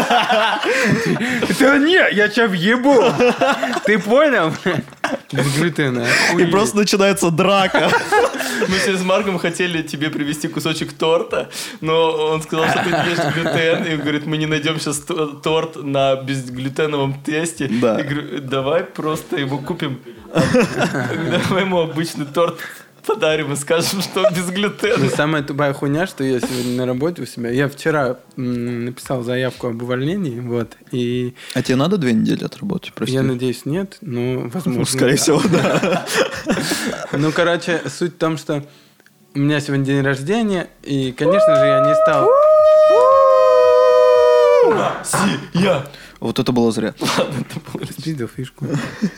Да не, я тебя въебу. Ты понял? Без глютена. И просто начинается драка. Мы с Марком хотели тебе привезти кусочек торта, но он сказал, что ты ешь глютен, и говорит, мы не найдем сейчас торт на безглютеновом тесте. Да. Я говорю, давай просто его купим, давай ему обычный торт подарим и скажем, что без глютена. Самая тупая хуйня, что я сегодня на работе у себя. Я вчера м, написал заявку об увольнении, вот, и... А тебе надо две недели отработать, прости? Я надеюсь, нет, но, возможно... Скорее всего, да. Ну, короче, суть в том, что у меня сегодня день рождения, и, конечно же, я не стал... Я. Вот это было зря. Ладно, это было... Видел фишку.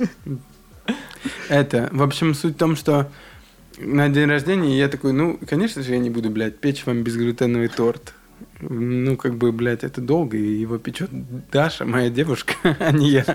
Это, в общем, суть в том, что на день рождения я такой, ну, конечно же, я не буду, блядь, печь вам безглютеновый торт. Ну, как бы, блядь, это долго, и его печет Даша, моя девушка, а не я.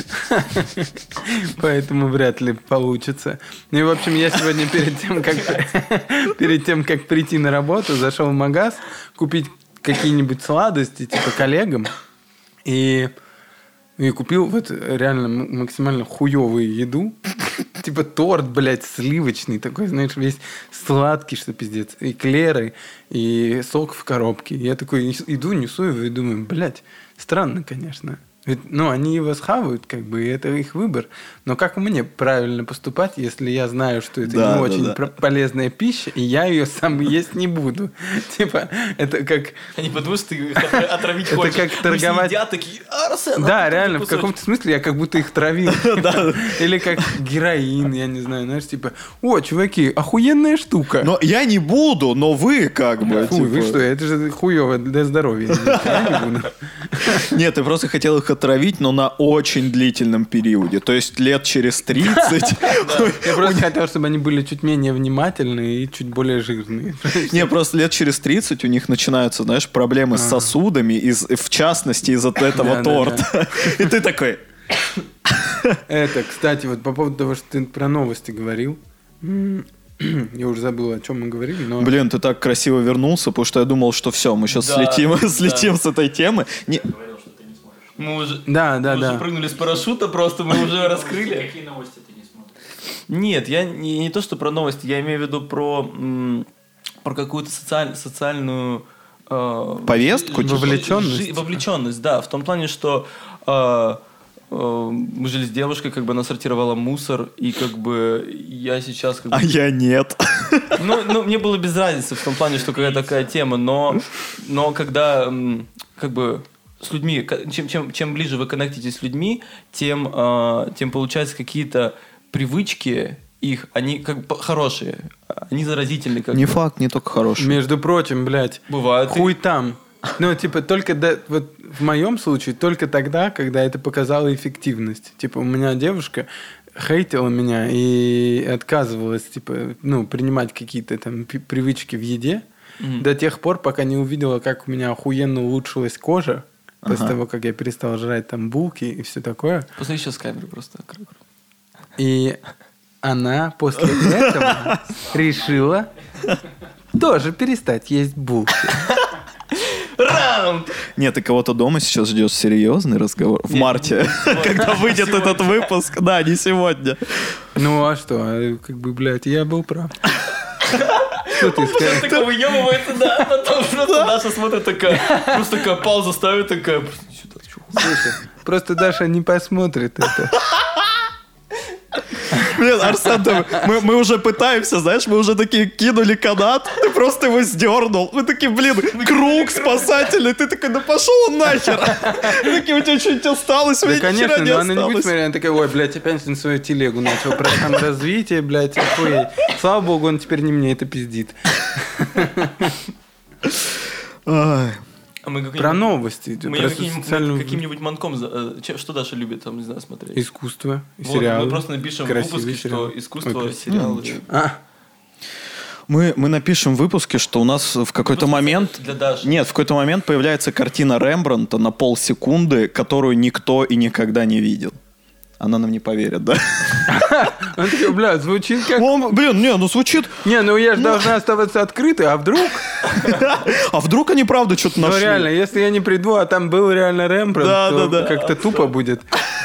Поэтому вряд ли получится. Ну и, в общем, я сегодня перед тем, как, перед тем, как прийти на работу, зашел в магаз, купить какие-нибудь сладости, типа, коллегам, и... И купил вот реально максимально хуёвую еду. Типа торт, блядь, сливочный такой, знаешь, весь сладкий, что пиздец. Эклеры, и сок в коробке. Я такой иду, несу его и думаю, блядь, странно, конечно. Ведь, ну, они его схавают, как бы, и это их выбор. Но как мне правильно поступать, если я знаю, что это да, не да, очень да. полезная пища, и я ее сам есть не буду? Типа, это как... Они подумают, что ты их отравить хочешь. Это как торговать... Едят такие, Арсен, да, реально, в каком-то смысле я как будто их травил. Или как героин, я не знаю, знаешь, типа, о, чуваки, охуенная штука. Но я не буду, но вы как бы... Фу, вы что, это же хуево для здоровья. Я не буду. Нет, ты просто хотел их отравить, но на очень длительном периоде. То есть лет через тридцать. Я просто хотел, чтобы они были чуть менее внимательные и чуть более жирные. Не, просто лет через тридцать у них начинаются, знаешь, проблемы с сосудами, в частности, из-за этого торта. И ты такой... Это, кстати, вот по поводу того, что ты про новости говорил. Я уже забыл, о чем мы говорили, но... Блин, ты так красиво вернулся, потому что я думал, что все, мы сейчас Да, слетим, да. слетим с этой темы. Не... Мы уже, Да, да, мы да. уже прыгнули с парашюта, просто мы уже раскрыли. Какие новости ты не смотришь? Нет, я не, не то, что про новости, я имею в виду про, м, про какую-то социаль, социальную... э, Повестку? жи- Вовлеченность? жи- вовлеченность, да, в том плане, что э, э, мы жили с девушкой, как бы она сортировала мусор, и как бы я сейчас... Как бы, А я нет. ну, ну, мне было без разницы в том плане, что какая такая тема, но, но когда м, как бы с людьми, к- чем, чем, чем ближе вы коннектитесь с людьми, тем, э, тем получается какие-то привычки их, они как бы хорошие, они заразительны. Как Не бы. факт, не только хороший. Между прочим, блядь, Бывает. хуй там. Ну, типа, только до- вот в моем случае, только тогда, когда это показало эффективность. Типа, у меня девушка хейтила меня и отказывалась, типа, ну, принимать какие-то там пи- привычки в еде Мгм. до тех пор, пока не увидела, как у меня охуенно улучшилась кожа после Ага. того, как я перестал жрать там булки и все такое. Посмотри сейчас с камеры просто. И она после этого решила тоже перестать есть булки. Раунд! Нет, ты кого-то дома сейчас ждешь серьезный разговор? В Нет, марте, не- когда выйдет этот выпуск. Да, не сегодня. Ну а что, а, как бы, блядь, я был прав. Что ты Сейчас скажешь? такой выебывается, да, потом просто Даша смотрит такая, просто такая пауза ставит, такая, просто сюда, чё? Слушай, просто Даша не посмотрит это. Блин, Арсен, ты- мы, мы уже пытаемся, знаешь, мы уже такие кинули канат, ты просто его сдернул. Мы такие, блин, круг спасательный. Ты такой, да пошел он нахер. Такие, у тебя что-нибудь осталось? У Да, меня ни конечно, хера не но она не будет осталось. смотреть, она такая, ой, блядь, опять на свою телегу начал про саморазвитие, блядь, охуеть. Слава богу, он теперь не мне это пиздит. Ай. А мы какие-нибудь- Про новости, Мы про её каким-нибудь, социальную... каким-нибудь манком, за- э, че- что Даша любит, там, не знаю, смотреть. Искусство, Вот, сериалы. мы просто напишем в красивые выпуске, что сериалы. искусство, Ой, сериалы. А, Мы, мы напишем в выпуске, что у нас в какой-то Просто момент... для Даши. Нет, в какой-то момент появляется картина Рембрандта на полсекунды, которую никто и никогда не видел. Она нам не поверит, да? он такой, бля, звучит как... Он, блин, не, ну звучит... Не, ну я же должна оставаться открытой, а вдруг? А вдруг они правда что-то Ну нашли? реально, если я не приду, а там был реально Рембрандт, Да, то да, да. как-то тупо будет.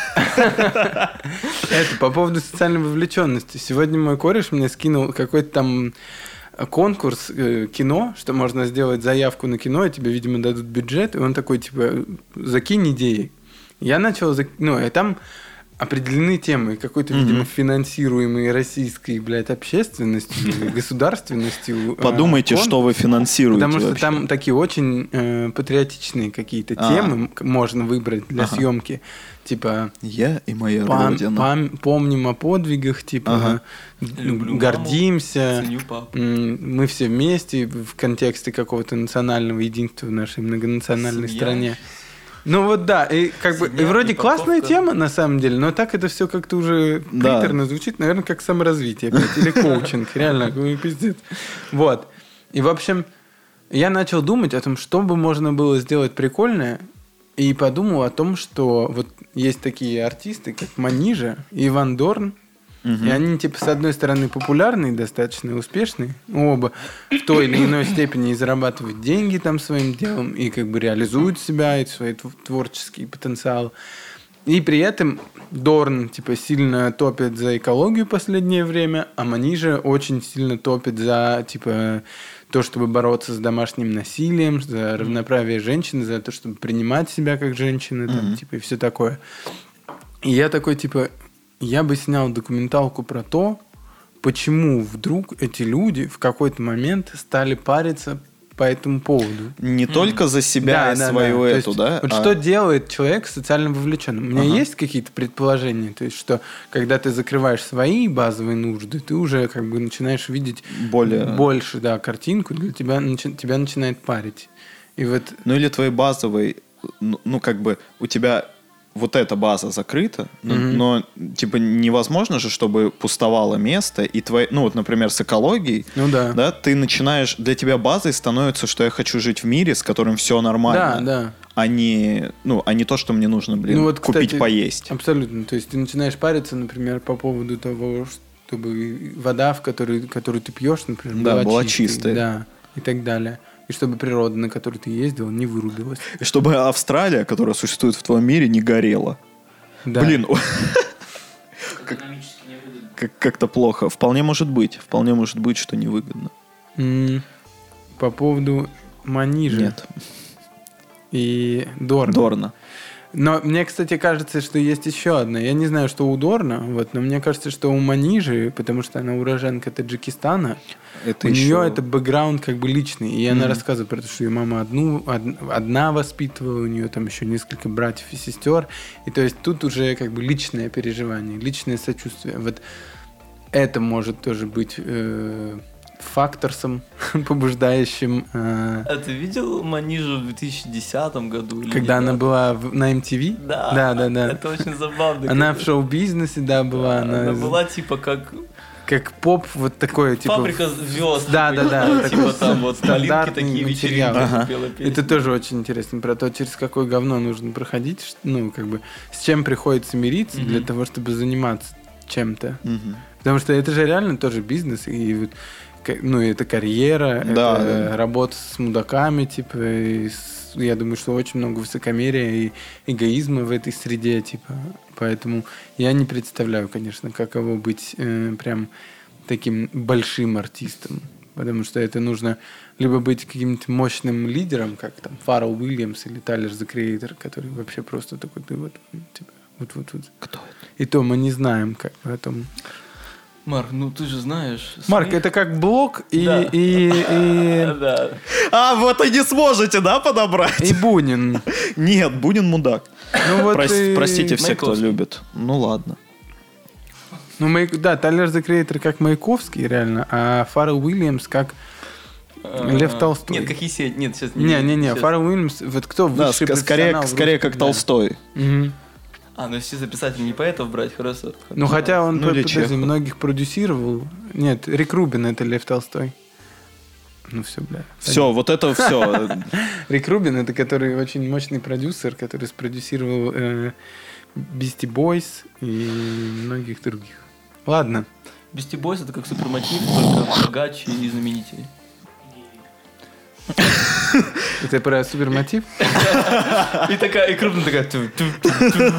Это по поводу социальной вовлеченности. Сегодня мой кореш мне скинул какой-то там конкурс э, кино, что можно сделать заявку на кино, и тебе, видимо, дадут бюджет, и он такой, типа, закинь идеи. Я начал, зак- ну, и там определены темы, какой-то, видимо, финансируемый российской, блядь, общественностью, или государственностью. э, Подумайте, конкурс. что вы финансируете Потому что вообще. там такие очень э, патриотичные какие-то А. темы к- можно выбрать для Ага. съемки. Типа Я и моя пам- родина. пам- помним о подвигах, типа Ага. Люблю гордимся. маму, ценю папу. м, Мы все вместе в контексте какого-то национального единства в нашей многонациональной Семья. стране. Ну вот да, и как бы и Семья, вроде и классная упаковка. тема на самом деле, но так это все как-то уже Да. приторно звучит, наверное, как саморазвитие блядь, или коучинг, реально, какой пиздец. Вот. И в общем, я начал думать о том, что бы можно было сделать прикольное, и подумал о том, что вот есть такие артисты, как Манижа и Иван Дорн, и они, типа, с одной стороны, популярные, достаточно успешные, оба в той или иной степени и зарабатывают деньги там своим делом, и как бы реализуют себя, и свой тв- творческий потенциал. И при этом Дорн, типа, сильно топит за экологию в последнее время, а Манижа очень сильно топит за, типа, то, чтобы бороться с домашним насилием, за равноправие женщины, за то, чтобы принимать себя как женщина, там, типа, и все такое. И я такой, типа, я бы снял документалку про то, почему вдруг эти люди в какой-то момент стали париться по этому поводу. Не только за себя и свою То эту, есть, да? Вот а- что делает человек социально вовлеченным? У меня Ага. есть какие-то предположения, то есть, что когда ты закрываешь свои базовые нужды, ты уже как бы начинаешь видеть Более- больше, да, картинку, для тебя, начи- тебя начинает парить. И вот Ну или твоей базовой, ну, ну, как бы у тебя вот эта база закрыта, но, Мгм. но, типа невозможно же, чтобы пустовало место, и твои, ну вот, например, с экологией, Ну да. да, ты начинаешь, для тебя базой становится, что я хочу жить в мире, с которым все нормально. Да, да. а не, ну, а не то, что мне нужно, блин, Ну вот, купить кстати, поесть. Абсолютно. То есть ты начинаешь париться, например, по поводу того, чтобы вода, в которой, которую ты пьешь, например, Да, была, была чистой, чистая. Да, и так далее. И чтобы природа, на которой ты ездил, не вырубилась. И чтобы Австралия, которая существует в твоем мире, не горела. Да. Блин, как- как-то плохо. Вполне может быть. Вполне может быть, что невыгодно. М, По поводу Манижа Нет. и Дорна. Дорна. Но мне, кстати, кажется, что есть еще одна. Я не знаю, что у Дорна, вот, но мне кажется, что у Манижи, потому что она уроженка Таджикистана, Это у еще... нее это бэкграунд как бы личный. И она Мгм. рассказывает про то, что ее мама одну, од- одна воспитывала, у нее там еще несколько братьев и сестер. И то есть тут уже как бы личное переживание, личное сочувствие. Вот это может тоже быть э, фактором, побуждающим... э, А ты видел Манижу в две тысячи десятом году? или когда она нет? была в- на эм ти ви? Да, да, да, да. Это очень забавно. Она как- в шоу-бизнесе, да, была. Она, Она, была типа как как поп, вот такое, типа... фабрика звезд. Да, да, да. Типа такой там вот малинки стандартный такие материал. вечеринки. Ага. пела песни. Это тоже очень интересно про то, через какое говно нужно проходить, ш- ну, как бы, с чем приходится мириться Мгм. для того, чтобы заниматься чем-то. Мгм. Потому что это же реально тоже бизнес, и вот, ка- ну, это карьера, Да, это да. работа с мудаками, типа, и с- я думаю, что очень много высокомерия и эгоизма в этой среде, типа, поэтому я не представляю, конечно, каково быть э, прям таким большим артистом, потому что это нужно либо быть каким-то мощным лидером, как там Фаррелл Уильямс или Тайлер the Creator, который вообще просто такой, ты вот, типа, вот-вот-вот. Кто это? И то мы не знаем, как о том. Марк, ну ты же знаешь. Марк, смех- это как блог и, Да. и, и, Да. А, вот и не сможете, да, подобрать? и Бунин. Нет, Бунин мудак. Ну, вот Прос- и- Простите все, кто Маяковский. любит. Ну ладно. Ну, Маяк- да, Тайлер the Creator как Маяковский, реально, а Фаррелл Уильямс как... Лев А, Толстой. Нет, как Есенин. Нет, сейчас Не-не-не, сейчас. Фаррелл Уильямс, вот кто Да, высший ск- скорее, профессионал в скорее русском, как да. Толстой. Мгм. А, ну если записать не поэтов брать, хорошо. Ну, хотя он, Ну, или подожди, Чехов. многих продюсировал. Нет, Рик Рубин — это Лев Толстой. Ну, все, бля. Все, вот это все. Рик Рубин — это который очень мощный продюсер, который спродюсировал э, Beastie Boys и многих других. Ладно. Beastie Boys это как супермотив, только богаче и знаменитее. Это про супермотив? И такая, и крупно такая. ту- ту- ту-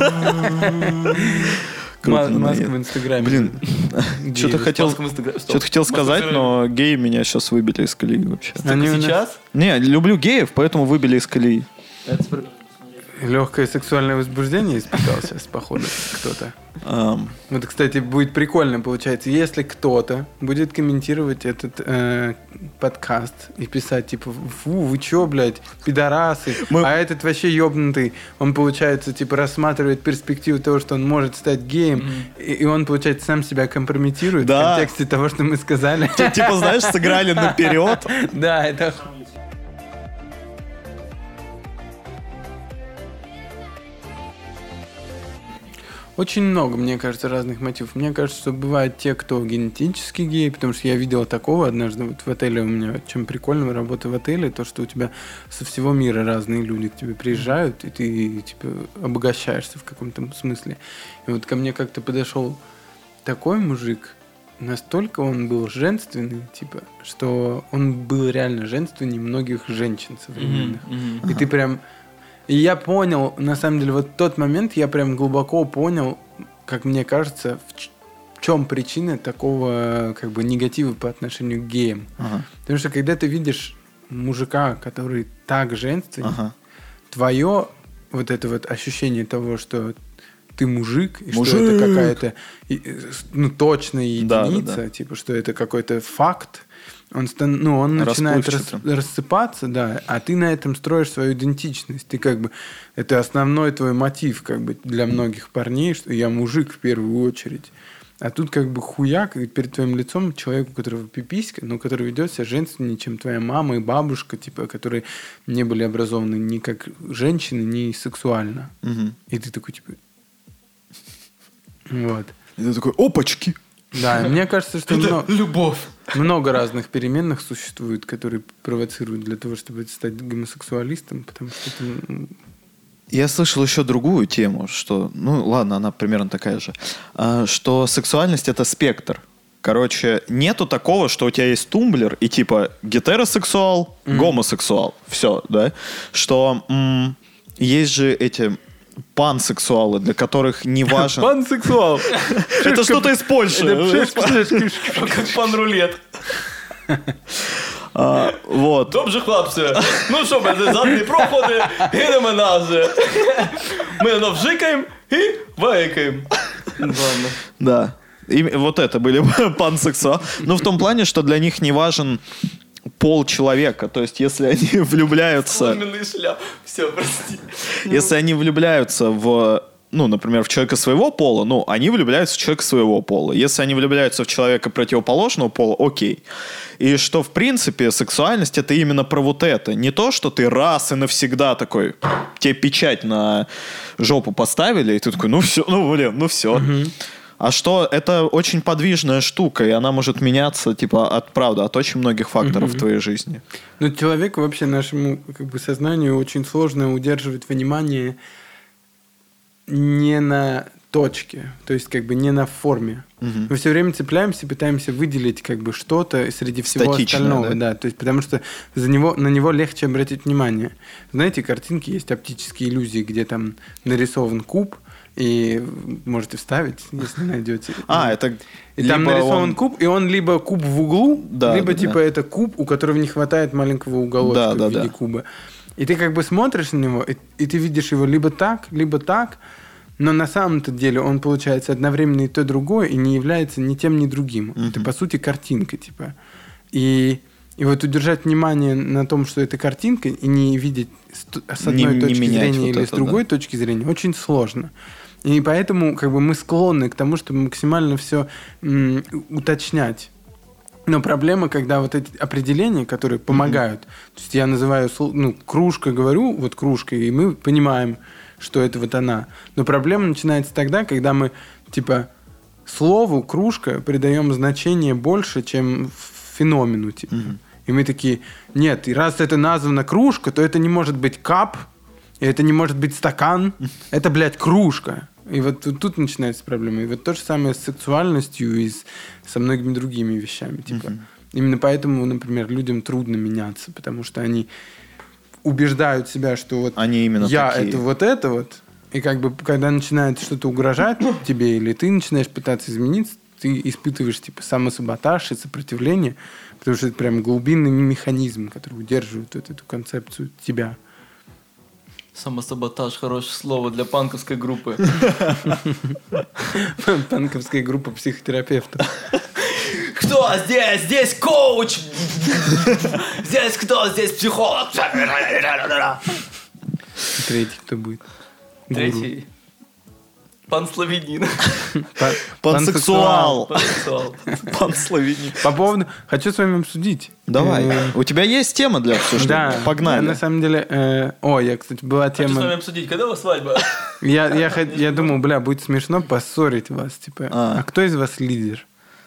Круто Ма- Маск надоело. в Инстаграме. Блин, Геев. что-то хотел, Маска в Инстаграме. Стоп. что-то хотел Маска сказать, в но геи меня сейчас выбили из колеи вообще. Только Они у нас- сейчас? Не, люблю геев, поэтому выбили из колеи. Это спро- Легкое сексуальное возбуждение испытал сейчас, походу, кто-то. Ам, Вот, кстати, будет прикольно, получается, если кто-то будет комментировать этот э, подкаст и писать, типа, фу, вы чё, блядь, пидорасы, Мы- а этот вообще ёбнутый, он, получается, типа, рассматривает перспективу того, что он может стать геем, и, и он, получается, сам себя компрометирует Да. в контексте того, что мы сказали. Типа, знаешь, сыграли наперед. Да, это... Очень много, мне кажется, разных мотивов. Мне кажется, что бывают те, кто генетически гей, потому что я видел такого однажды вот в отеле у меня. Чем прикольно работа в отеле, то, что у тебя со всего мира разные люди к тебе приезжают, и ты типа обогащаешься в каком-то смысле. И вот ко мне как-то подошел такой мужик, настолько он был женственный, типа, что он был реально женственнее многих женщин современных. Мгм, мгм. И ты прям... И я понял, на самом деле, вот тот момент я прям глубоко понял, как мне кажется, в, ч- в чем причина такого как бы негатива по отношению к геям. Ага, Потому что когда ты видишь мужика, который так женственен, ага. твое вот это вот ощущение того, что ты мужик, и Мужик! что это какая-то и, э, ну, точная Да, да, единица, да. типа, что это какой-то факт, он, стан- ну, он начинает рас- Расплывчатым. рассыпаться, да, а ты на этом строишь свою идентичность. Ты как бы, это основной твой мотив как бы для многих парней, что я мужик в первую очередь. А тут как бы хуяк, и перед твоим лицом человек, у которого пиписька, но который ведет себя женственнее, чем твоя мама и бабушка, типа, которые не были образованы ни как женщины, ни сексуально. Мгм. И ты такой, типа... Вот. И ты такой, опачки. Да, и мне кажется, что мно- Любовь. много разных переменных существует, которые провоцируют для того, чтобы стать гомосексуалистом, потому что это м, Я слышал еще другую тему, что, ну ладно, она примерно такая же, а, что сексуальность — это спектр. Короче, нету такого, что у тебя есть тумблер и типа гетеросексуал, mm-hmm. гомосексуал, все, да? Что м- есть же эти пансексуалы, для которых не важно... Пансексуал! Это что-то из Польши. Как пан-рулет. А, вот. Добре, хлопці. Ну що, ми задні проходи, гинемо нази. Ми воно вжикаємо і ваякаємо. Ладно. Да. И вот это были пансексуалы. Ну, в том плане, что для них не важен пол человека. То есть, если они влюбляются... Сломанный шляп. Все, прости. Если они влюбляются в... Ну, например, в человека своего пола, ну, они влюбляются в человека своего пола. Если они влюбляются в человека противоположного пола, окей. И что, в принципе, сексуальность — это именно про вот это. Не то, что ты раз и навсегда такой, тебе печать на жопу поставили, и ты такой, ну все, ну, блин, ну все. Угу. А что это очень подвижная штука, и она может меняться, типа, от, правда, от очень многих факторов угу. в твоей жизни. Ну, человеку вообще, нашему как бы сознанию очень сложно удерживать внимание не на точке, то есть как бы не на форме. Угу. Мы все время цепляемся, пытаемся выделить как бы что-то среди всего статичное, остального, да? да, то есть потому что за него, на него легче обратить внимание. Знаете, картинки есть оптические иллюзии, где там нарисован куб, и можете вставить, если найдете. А, это... И там нарисован он... куб, и он либо куб в углу, да, либо да, типа да. это куб, у которого не хватает маленького уголочка да, да, в виде да. куба. И ты как бы смотришь на него, и, и ты видишь его либо так, либо так, но на самом-то деле он получается одновременно и то, и другое, и не является ни тем, ни другим. Mm-hmm. Это, по сути, картинка, типа. И, и вот удержать внимание на том, что это картинка, и не видеть с одной не, точки не зрения вот или это, с другой да. точки зрения, очень сложно. И поэтому как бы, мы склонны к тому, чтобы максимально все м, уточнять. Но проблема, когда вот эти определения, которые помогают, mm-hmm. то есть я называю, ну, кружка, говорю, вот кружка, и мы понимаем, что это вот она. Но проблема начинается тогда, когда мы, типа, слову кружка придаем значение больше, чем феномену, типа. Mm-hmm. И мы такие, нет, и раз это названо кружка, то это не может быть кап, и это не может быть стакан, это, блядь, кружка. И вот тут, тут начинается проблема. И вот то же самое с сексуальностью и с, со многими другими вещами. Типа. Mm-hmm. Именно поэтому, например, людям трудно меняться, потому что они убеждают себя, что вот они именно я такие. Это вот это вот. И как бы, когда начинает что-то угрожать тебе, или ты начинаешь пытаться измениться, ты испытываешь типа самосаботаж и сопротивление, потому что это прям глубинный механизм, который удерживает вот эту концепцию тебя. Самосаботаж — хорошее слово для панковской группы. Панковская группа психотерапевтов. Кто здесь? Здесь коуч! Здесь кто? Здесь психолог! Третий кто будет? Третий. Панславянин. Пансексуал. Пансексуал. Панславянин. По поводу... Хочу с вами обсудить. Давай. У тебя есть тема для обсуждения? Да. Погнали. На самом деле... э, О, я, кстати, была тема... Хочу с вами обсудить. Когда у вас свадьба? Я, я, хот- я думал, бля, будет смешно поссорить вас. Типа, а, а кто из вас лидер?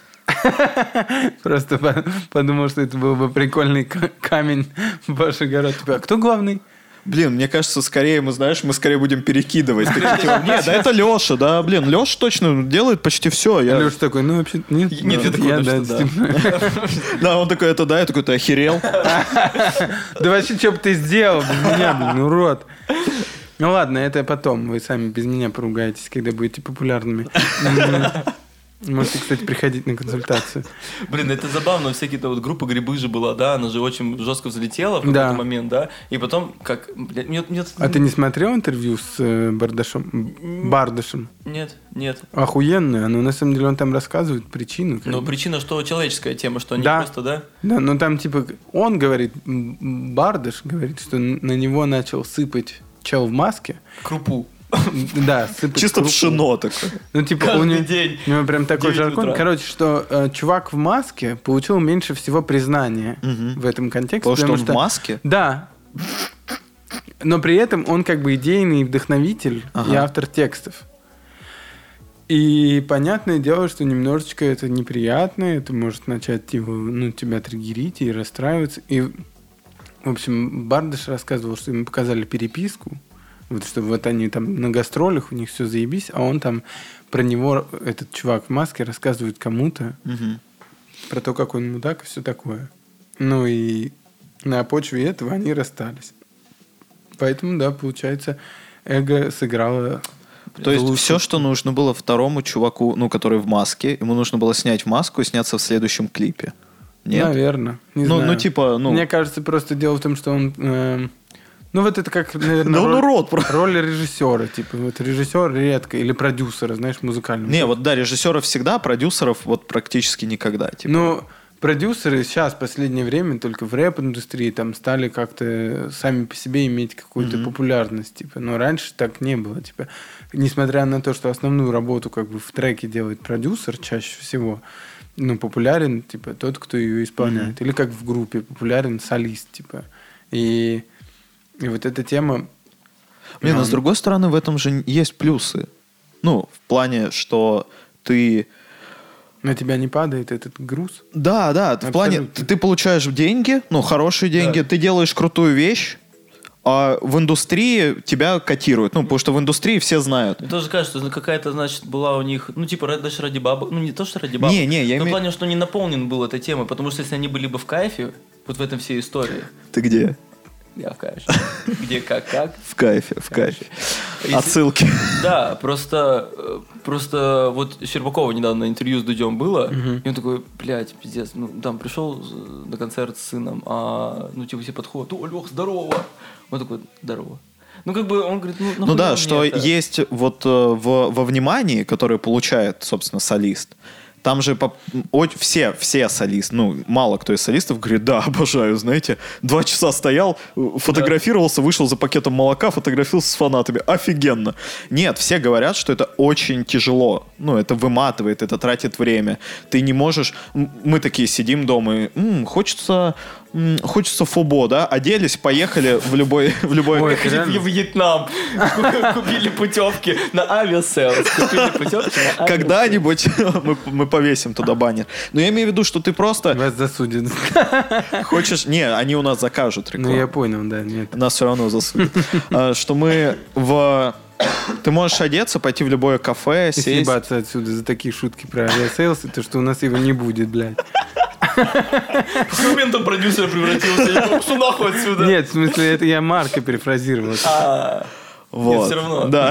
Просто подумал, что это был бы прикольный камень в ваш огород. Типа, а кто главный? Блин, мне кажется, скорее мы, знаешь, мы скорее будем перекидывать. Нет, да это Леша, да, блин, Леша точно делает почти все. Леша такой, ну вообще, нет, нет, я да, да, он такой, это да, я такой, ты охерел? Да вообще, что бы ты сделал без меня, блин, урод. Ну ладно, это потом, вы сами без меня поругаетесь, когда будете популярными. Можете, кстати, приходить на консультацию. Блин, это забавно. Всякие-то вот группа «Грибы» же была, да? Она же очень жестко взлетела в какой-то да. момент, да? И потом, как... Блядь, мне, мне... А ты не смотрел интервью с э, Бардашем? Бардашем? Нет, нет. Охуенное. Но на самом деле он там рассказывает причину. Ну, причина, что человеческая тема, что они да. просто, да? Да, но там типа... Он говорит, Бардаш говорит, что на него начал сыпать чел в маске. Крупу. Да, сыпать чисто крупу. пшено такое. Ну, типа, каждый у него, день. У него прям такой жаргон. утра. Короче, что э, чувак в маске получил меньше всего признания угу. в этом контексте. Потому, потому что он в маске? Да. Но при этом он как бы идейный вдохновитель ага. и автор текстов. И понятное дело, что немножечко это неприятно, это может начать его, ну, тебя триггерить и расстраиваться. И, в общем, Бардаш рассказывал, что ему показали переписку Вот чтобы вот они там на гастролях, у них все заебись, а он там про него, этот чувак в маске, рассказывает кому-то Мгм. про то, как он мудак и все такое. Ну и на почве этого они расстались. Поэтому, да, получается, эго сыграло... То есть лучшую- все, что нужно было второму чуваку, ну, который в маске, ему нужно было снять маску и сняться в следующем клипе. Нет? Наверное. Не Ну, знаю. ну, типа, ну... Мне кажется, просто дело в том, что он... эм, ну, вот это как, наверное, Да он роль, урод просто. роль режиссера. Типа, вот режиссер редко. Или продюсера, знаешь, музыкального. Не, вот да, режиссеров всегда, продюсеров вот практически никогда. Типа. Ну, продюсеры сейчас, в последнее время, только в рэп-индустрии там стали как-то сами по себе иметь какую-то популярность. Типа. Но раньше так не было. Типа, несмотря на то, что основную работу как бы в треке делает продюсер чаще всего, ну, популярен, типа, тот, кто ее исполняет. Или как в группе популярен солист, типа. И, и вот эта тема... Блин, а эм, с другой стороны, в этом же есть плюсы. Ну, в плане, что ты... на тебя не падает этот груз. Да, да, в плане, Абсолютно. ты, ты получаешь деньги, ну, хорошие деньги, Да. ты делаешь крутую вещь, а в индустрии тебя котируют. Ну, потому что в индустрии все знают. Мне тоже кажется, что какая-то, значит, была у них, ну, типа, ра- даже ради бабок, ну, не то, что ради бабок, Не, не, я но в име- плане, что не наполнен был этой темой, потому что если они были бы в кайфе, вот в этом всей истории, Ты где? я в кайфе, где, как, как, В кайфе, в кайфе. Если- Отсылки. Да, просто, э, просто вот Щербакова недавно интервью с Дудем было, и он такой, блядь, пиздец, ну, там пришел э, на концерт с сыном, а, ну, типа, все подходят, о, Лех, здорово. Он такой, здорово. Ну, как бы, он говорит, ну, Ну нахуя да, мне что это? есть вот э, в- во внимании, которое получает, собственно, солист, там же по- о- все, все солисты, ну, мало кто из солистов говорит, да, обожаю, знаете, два часа стоял, э, фотографировался, вышел за пакетом молока, фотографировался с фанатами, офигенно. Нет, все говорят, что это очень тяжело, ну, это выматывает, это тратит время. Ты не можешь, м, мы такие сидим дома и «М, хочется... м, Хочется фобо, да? Оделись, поехали в любой... В любой... Ой, Ехали реально? в Вьетнам, купили путевки на авиаселс, купили путевки на авиаселс. Когда-нибудь мы, мы повесим туда баннер. Но я имею в виду, что ты просто Вас засудят. хочешь... Не, они у нас закажут Ну, рекламу. я понял, да, нет. Нас все равно засудят. А, Что мы в... Ты можешь одеться, пойти в любое кафе, И сесть. съебаться отсюда за такие шутки про авиасейлс, то, что у нас его не будет, блядь. В моментом продюсер превратился, я говорю, что нахуй отсюда? Нет, в смысле, это я Марка перефразировал. А, Вот. Нет, всё равно. Да.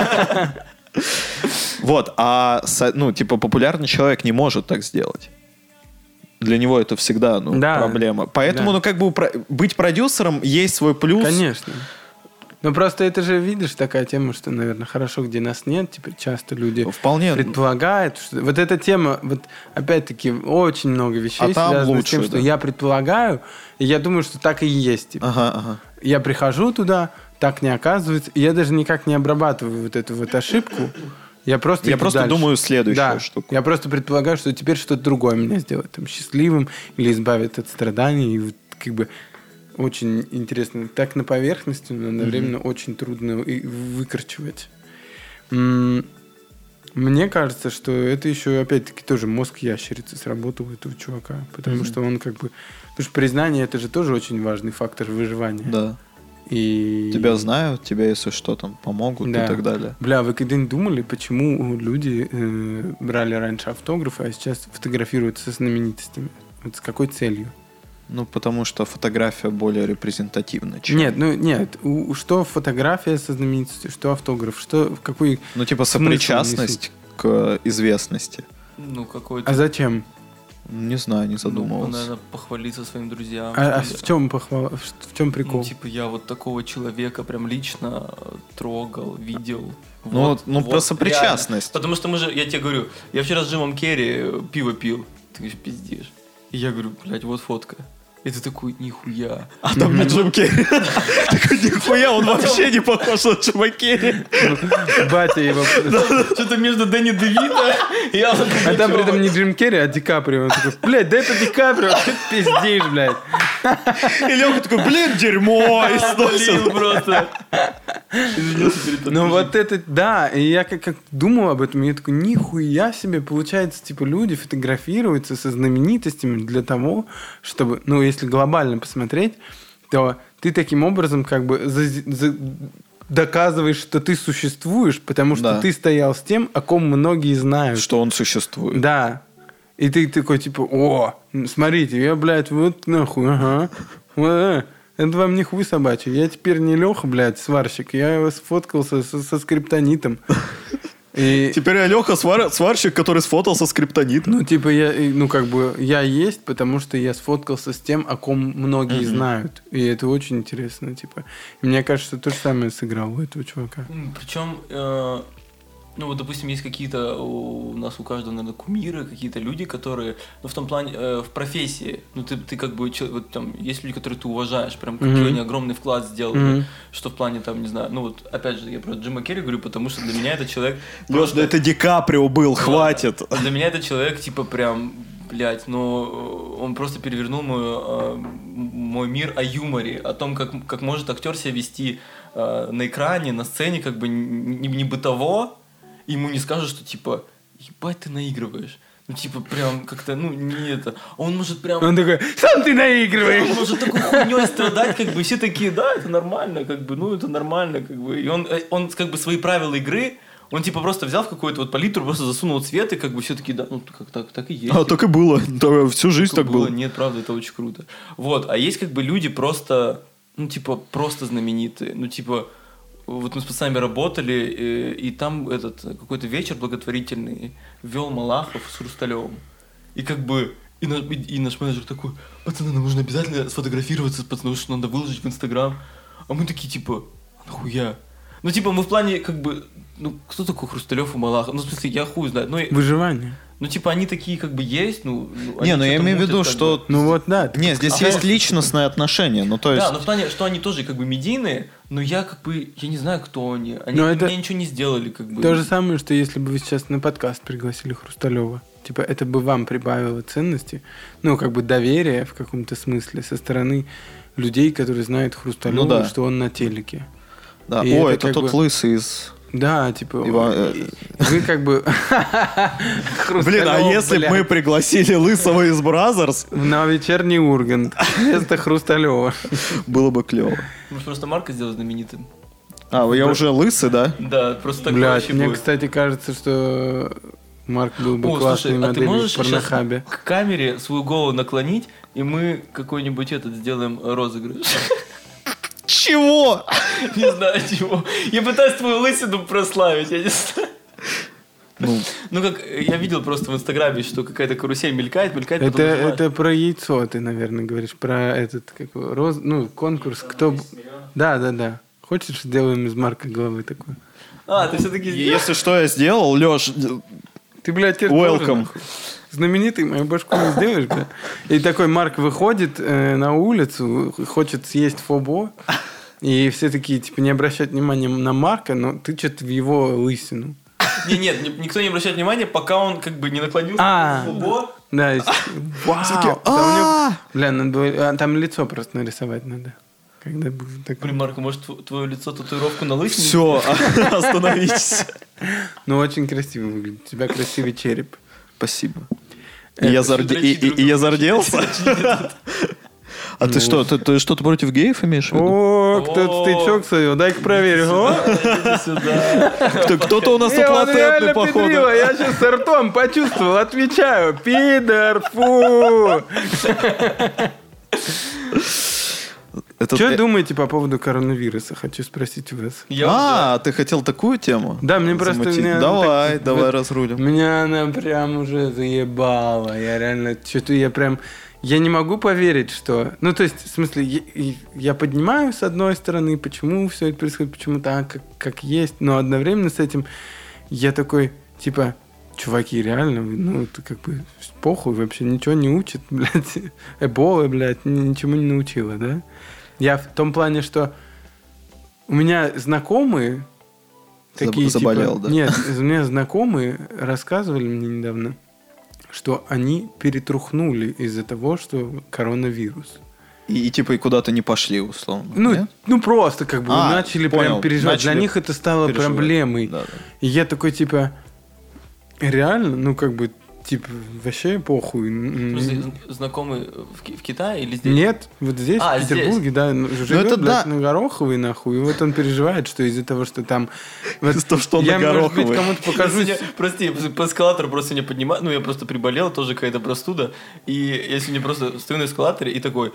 Вот, а, со- ну, типа, популярный человек не может так сделать. Для него это всегда, ну, Да. проблема. Поэтому, Да. ну, как бы, про- быть продюсером есть свой плюс. Конечно. Ну, просто это же, видишь, такая тема, что, наверное, хорошо, где нас нет. Теперь часто люди Вполне. предполагают, что... Вот эта тема, вот, опять-таки, очень много вещей А там связано лучше, с тем, что да. я предполагаю, и я думаю, что так и есть. типа. Ага, ага. Я прихожу туда, так не оказывается, и я даже никак не обрабатываю вот эту вот ошибку. Я просто, Я иду просто дальше. думаю следующую Да. штуку. Я просто предполагаю, что теперь что-то другое меня сделает там, счастливым или избавит от страданий. И вот, как бы очень интересно. Так на поверхности, но одновременно очень трудно и выкорчевать. М, Мне кажется, что это еще, опять-таки, тоже мозг ящерицы сработал у этого чувака. Потому что он как бы... Потому что признание — это же тоже очень важный фактор выживания. Да. И... Тебя знают, тебя, если что, там, помогут Да. и так далее. Бля, вы когда-нибудь думали, почему люди э, брали раньше автографы, а сейчас фотографируются со знаменитостями? Вот с какой целью? Ну, потому что фотография более репрезентативна, чем... Нет, ну нет. У- что фотография со знаменитостью, что автограф, что в какой... Ну, типа, смысл сопричастность к известности. Ну, какой-то... А зачем? Не знаю, не Ну, задумывался. наверное, похвалиться своим друзьям. А, а что ли. в чем похвала? В в чем прикол? Ну, типа, я вот такого человека прям лично э, трогал, видел. Ну, вот, ну, про сопричастность. реально. Потому что мы же, я тебе говорю, я вчера с Джимом Керри э, пиво пил. Ты говоришь, пиздишь. И я говорю, блядь, вот фотка. И ты такой, нихуя. А там не Джим Керри. Такой, нихуя, он вообще не похож на Джима Керри. Батя его... Что-то между Дэнни Девито и Аланом А там при этом Пугачёвым. не Джим Керри, а Ди Каприо. Он такой, блядь, да это Ди Каприо, что ты пиздишь, блядь. И Лёха такой, блин, дерьмо. И сносит. Блин, просто. Извинился перед Ну подписчиками. вот это, да, и я как, как думал об этом, и я такой, нихуя себе, получается, типа, люди фотографируются со знаменитостями для того, чтобы, ну, если глобально посмотреть, то ты таким образом как бы за- за- доказываешь, что ты существуешь, потому что Да. ты стоял с тем, о ком многие знают. Что он существует. Да. И ты такой, типа, о, смотрите, я, блядь, вот нахуй, ага. Э, Это вам не хуй собачий. Я теперь не Леха, блядь, сварщик. Я сфоткался со, со скриптонитом. И, Теперь я Леха свар- сварщик, который сфотался с криптонитом. ну, типа, я, и, ну, как бы, я есть, потому что я сфоткался с тем, о ком многие знают. И это очень интересно, типа. И мне кажется, то же самое сыграл у этого чувака. Причем, э, ну вот, допустим, есть какие-то у нас у каждого, наверное, кумиры, какие-то люди, которые, ну, в том плане, э, в профессии, ну, ты, ты как бы, чел- вот там, есть люди, которые ты уважаешь, прям какой Мгм. они огромный вклад сделали, Мгм. что в плане, там, не знаю, ну, вот, опять же, я про Джима Керри говорю, потому что для меня этот человек... Леш, просто- да это Ди Каприо был, хватит. Для меня этот человек, типа, прям, блядь, ну, он просто перевернул мой, э, мой мир о юморе, о том, как, как может актер себя вести э, на экране, на сцене, как бы не, не бытово, и ему не скажут, что, типа, ебать, ты наигрываешь. Ну, типа, прям как-то, ну, не это. Он может прям... Он такой, сам ты Он наигрываешь. может такой хуйней страдать, как бы, все такие, да, это нормально, как бы, ну, это нормально, как бы. И он, э, он как бы, свои правила игры, он, типа, просто взял в какую-то вот палитру, просто засунул цвет, и, как бы, все такие, да, ну, как, так, так и есть. А, так и было. Да, всю жизнь так было. было. Нет, правда, это очень круто. Вот, а есть, как бы, люди просто, ну, типа, просто знаменитые, ну, типа... Вот мы с пацанами работали, и, и там этот какой-то вечер благотворительный вел Малахов с Хрусталевым. И как бы и, на, и, и наш менеджер такой: пацаны, нам нужно обязательно сфотографироваться, потому что надо выложить в Инстаграм. А мы такие типа: а нахуя? Ну типа мы в плане как бы, ну кто такой Хрусталев и Малахов? Ну в смысле я хуй знаю. Ну, Выживание. ну типа они такие как бы есть, ну... ну Не, они ну я что-то имею в виду, мутят, как что... бы. Ну вот, да. Не, здесь А есть просто- личностные отношения. Ну, то есть... Да, но в плане, что они тоже как бы медийные, но я как бы, я не знаю, кто они. Они Но для это- меня ничего не сделали, как бы. То же самое, что если бы вы сейчас на подкаст пригласили Хрусталева. Типа, это бы вам прибавило ценности, ну, как бы доверия в каком-то смысле со стороны людей, которые знают Хрусталева, Ну да. что он на телеке. Да. И О, это это как тот бы- лысый из... Да, типа, Ива- э, и- вы как бы... Блин, а Хрусталев, если бы блядь, мы пригласили лысого из Бразерс, на вечерний Ургант вместо Хрусталева. было бы клево. Может, просто Марка сделал знаменитым. А, я уже лысый, да? Да, просто так Блядь, вообще мне, будет. кстати, кажется, что Марк был бы О, классной слушай, а ты моделью можешь в сейчас порнохабе. к камере свою голову наклонить, и мы какой-нибудь этот сделаем розыгрыш? Чего? Не знаю чего. Я пытаюсь твою лысину прославить, я не знаю. Ну, Ну, как я видел просто в Инстаграме, что какая-то карусель мелькает, мелькает, Это, потом нажимаешь. это про яйцо ты, наверное, говоришь. Про этот, как его, роз... ну, конкурс. Кто... б- Да, да, да. Хочешь, сделаем из Марка головы такой? А, ты все-таки сделал? если что я сделал, Леш, Ты, блядь, теперь Welcome. тоже, нахуй. Знаменитый мою башку не сделаешь, бля. И такой Марк выходит э, на улицу, хочет съесть фобо, и все такие, типа, не обращают внимания на Марка, но тычут в его лысину. Не, нет, ни- никто не обращает внимания, пока он как бы не наклонился А. к футболу. Да, и... Вау! такие, Там, у него- «А-а-а!» Бля, надо было- а, там лицо просто нарисовать надо. Когда будет так... Блин, Марко, может, тв- твое лицо татуировку на лысине? все, остановитесь. Ну, очень красиво выглядит. У тебя красивый череп. Спасибо. Это И я зарде- и- и- и я зарделся? А ты что, ты- ты что-то против геев имеешь в виду? О, кто-то О. стычок свою. Дай-ка проверю. О! Иди сюда. Кто- Кто-то у нас Не, он аплатентный, реально походу. педрила. Я сейчас с ртом почувствовал. Отвечаю. Пидор, фу. Это- Что э, думаете по поводу коронавируса? Хочу спросить у вас. Я А, ты хотел такую тему? Да, мне просто... замутить? меня Давай, так- давай вот разрулим. Меня она прям уже заебала. Я реально... Что-то я прям... Я не могу поверить, что... Ну, то есть, в смысле, я, и- я поднимаю с одной стороны, почему все это происходит, почему так, как, как есть, но одновременно с этим я такой, типа, чуваки, реально, вы, ну, это как бы похуй вообще, ничего не учит, блядь. Эбола, блядь, ни- ничему не научила, да? Я в том плане, что у меня знакомые такие, Заб- заболел, типа... да? Нет, у меня знакомые рассказывали мне недавно, что они перетрухнули из-за того, что коронавирус. И, и типа и куда-то не пошли, условно. Ну, нет? ну просто как бы А, начали понял, прям переживать. начали Для них это стало переживать. проблемой. Да, да. И я такой, типа, реально, ну, как бы, типа, вообще похуй. Слушай, знакомый в, Ки- в Китае или здесь? Нет, вот здесь, А, в Петербурге, здесь. да, живет, это блядь, да. на Гороховой, нахуй, и вот он переживает, что из-за того, что там... Вот, Из-за того, что он я, на может быть, Гороховой. кому-то покажу... Я сегодня- прости, по эскалатору просто не поднимаю. Ну, я просто приболел, тоже какая-то простуда. И я сегодня просто стою на эскалаторе и такой...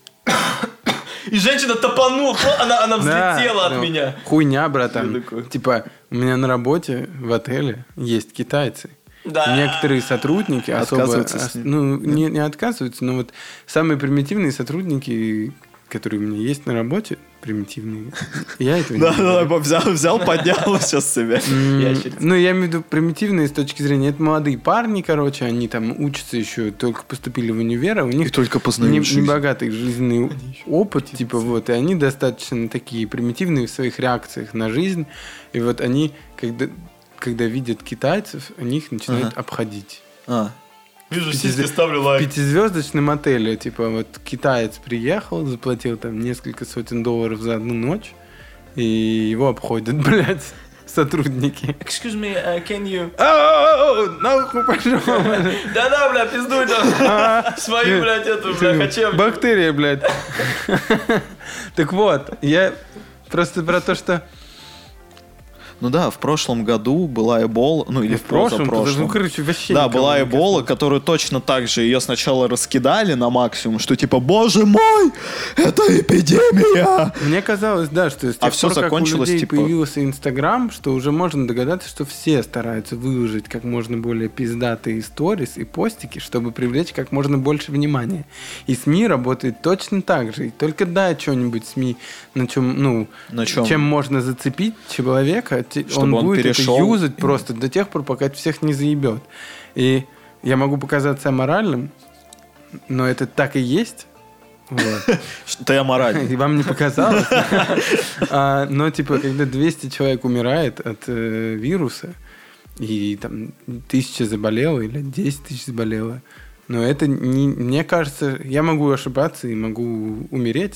И женщина топанула, она, она взлетела Да, от ну, меня. Хуйня, братан. Я такой. Типа, у меня на работе в отеле есть китайцы. Да. Некоторые сотрудники особо... Отказываются с ос- ним. Ну, не, не отказываются, но вот самые примитивные сотрудники, которые у меня есть на работе, примитивные, я этого не Да, говорю. да, взял, взял, поднял сейчас себя. М, Ящерица. Ну, я имею в виду примитивные с точки зрения. Это молодые парни, короче, они там учатся еще, только поступили в универ, а у них И только не, познают жизнь. небогатый жизненный опыт, типа вот, и они достаточно такие примитивные в своих реакциях на жизнь. И вот они, когда, когда видят китайцев, они их начинают Ага. обходить. А, Вижу Пятизве- сиськи, ставлю В лайк. пятизвездочном отеле, типа, вот китаец приехал, заплатил там несколько сотен долларов за одну ночь, и его обходят, блядь, сотрудники. Excuse me, uh, can you... Ау, нахуй пошел. Да-да, бля, пиздуй там. Свою, блядь, эту, бля, хочу. Бактерия, блядь. Так вот, я просто про то, что ну да, в прошлом году была Эбола, ну или в в прошлом, прошлом. ну, короче, вообще Да, никого была не Эбола, коснулось. которую точно так же ее сначала раскидали на максимум, что типа, боже мой, это эпидемия! Мне казалось, да, что с А тех всё пор, как у закончилось, людей типа- появился Инстаграм, что уже можно догадаться, что все стараются выложить как можно более пиздатые сторис и постики, чтобы привлечь как можно больше внимания. И СМИ работает точно так же. И только дай что-нибудь СМИ, на чем, ну, На чём? чем можно зацепить человека, те- Чтобы он будет перешёл. это юзать просто до тех пор, пока это всех не заебет. И я могу показаться аморальным, но это так и есть. Вот. Что я аморальный. И вам не показалось? А, Но, типа, когда двести человек умирает от э, вируса, и там тысяча заболела, или десять тысяч заболело, но это, не, мне кажется, я могу ошибаться и могу умереть.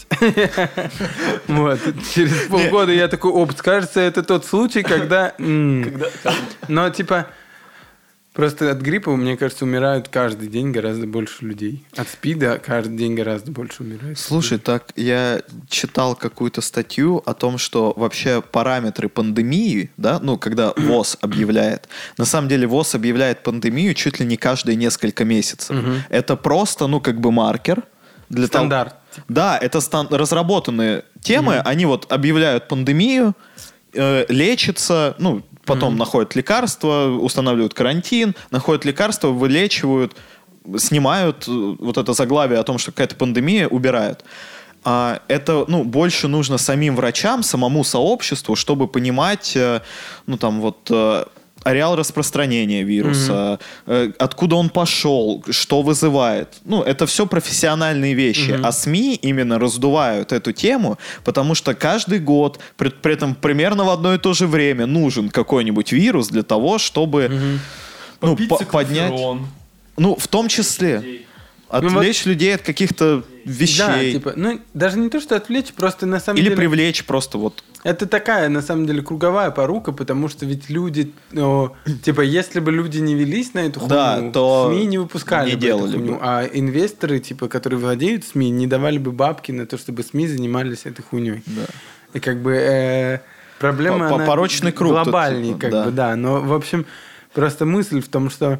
Вот. Через полгода я такой, опс, кажется, это тот случай, когда... м, Когда- Но, типа, просто от гриппа, мне кажется, умирают каждый день гораздо больше людей. От СПИДа каждый день гораздо больше умирает. Слушай, так я читал какую-то статью о том, что вообще параметры пандемии, да, ну, когда ВОЗ объявляет, на самом деле ВОЗ объявляет пандемию чуть ли не каждые несколько месяцев. Мгм. Это просто, ну, как бы маркер. Для того- Стандарт. Да, это стан- разработанные темы, они вот объявляют пандемию, э, лечатся, ну, потом находят лекарства, устанавливают карантин, находят лекарства, вылечивают, снимают э, вот это заглавие о том, что какая-то пандемия, убирают. А это, ну, больше нужно самим врачам, самому сообществу, чтобы понимать, э, ну, там вот... э, ареал распространения вируса, э, откуда он пошел, что вызывает. Ну, это все профессиональные вещи. Мгм. А СМИ именно раздувают эту тему, потому что каждый год, при, при этом примерно в одно и то же время, нужен какой-нибудь вирус для того, чтобы ну, Попить по- поднять... циклоферон. Ну, в том числе. Отвлечь людей от каких-то вещей. Да, типа, ну, даже не то, что отвлечь, просто на самом Или деле... привлечь просто вот... Это такая, на самом деле, круговая порука, потому что ведь люди, ну, типа, если бы люди не велись на эту хуйню, Да, то СМИ не выпускали не бы делали эту хуйню, бы. а инвесторы, типа, которые владеют СМИ, не давали бы бабки на то, чтобы СМИ занимались этой хуйней. Да. И как бы э, проблема, По- она порочный круг тут, глобальней, типа, как да. бы, да. Но, в общем, просто мысль в том, что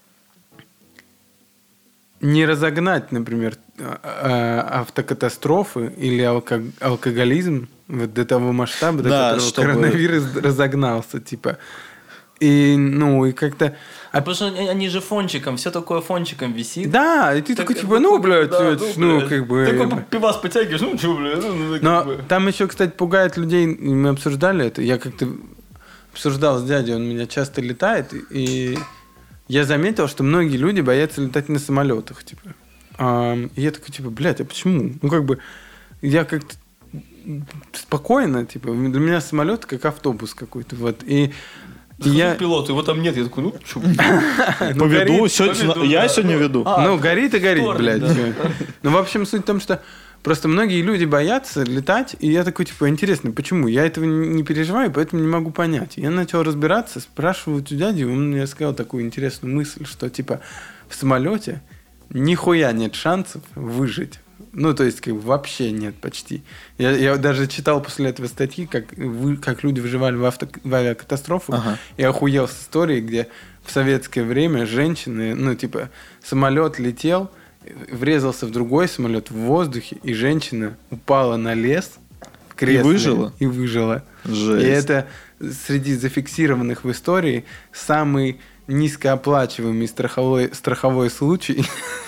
не разогнать, например, а- а- автокатастрофы или алко- алкоголизм вот до того масштаба, до Да, которого чтобы- коронавирус разогнался, типа. И, ну, и как-то... А потому что они, они же фончиком, все такое фончиком висит. Да, и ты Так, такой, типа, ну, блядь, да, это ж, ну, блядь. как бы... Такой пивас потягиваешь, ну, что, блядь, ну, ну, как Но бы. там еще, кстати, пугает людей, и мы обсуждали это, я как-то обсуждал с дядей, он у меня часто летает, и я заметил, что многие люди боятся летать на самолетах, типа. А, и я такой, типа, блядь, а почему? Ну, как бы, я как-то спокойно, типа, для меня самолет как автобус какой-то, вот, и... и Я я... пилот, его там нет, я такой, ну, что, Ну, Поведу, горит. сегодня- поведу, я да. сегодня веду. А, ну, горит и горит, вторник, блядь. да. всё. Ну, в общем, суть в том, что Просто многие люди боятся летать, и я такой, типа, интересно, почему? Я этого не переживаю, поэтому не могу понять. Я начал разбираться, спрашиваю у дяди, он мне сказал такую интересную мысль, что, типа, в самолете нихуя нет шансов выжить. Ну, то есть, как бы, вообще нет почти. Я, я даже читал после этого статьи, как, вы, как люди выживали в, авто, в авиакатастрофу, Ага. и охуел с истории, где в советское время женщины, ну, типа, самолет летел, врезался в другой самолет в воздухе, и женщина упала на лес в кресле. И выжила? И выжила. Жесть. И это среди зафиксированных в истории самый низкооплачиваемый страховой, страховой случай,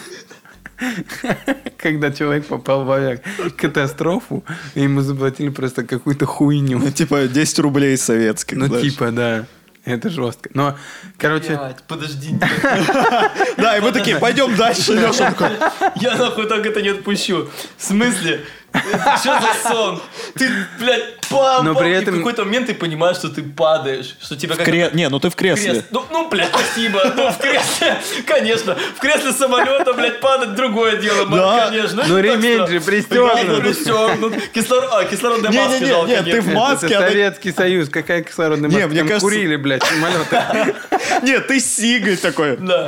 когда человек попал в авиакатастрофу, и ему заплатили просто какую-то хуйню. Ну, типа десять рублей советских. Ну, знаешь. типа, да. Это жестко. Но, короче... Блядь, подожди. Да, и мы такие, пойдем дальше, Леша такой. Я нахуй так это не отпущу. В смысле? Что за сон? Ты, блядь, пам, Но пам, при и этом- в какой-то момент ты понимаешь, что ты падаешь. Что тебя как Кре- Не, ну ты в кресле. Кресло. Ну, ну, блядь, спасибо. Ну, в кресле, конечно. В кресле самолета, блядь, падать другое дело, Да. конечно. Ну, Так ремень что- же пристегнут. Да, пристегнут. Кислород, а, кислородная Не-не-не, маска жалко. нет, ты в нет. маске. Это а ты- Советский Союз. Какая кислородная Не, маска? мне Там кажется- курили, блядь, самолеты. Нет, ты с сигой такой. Да.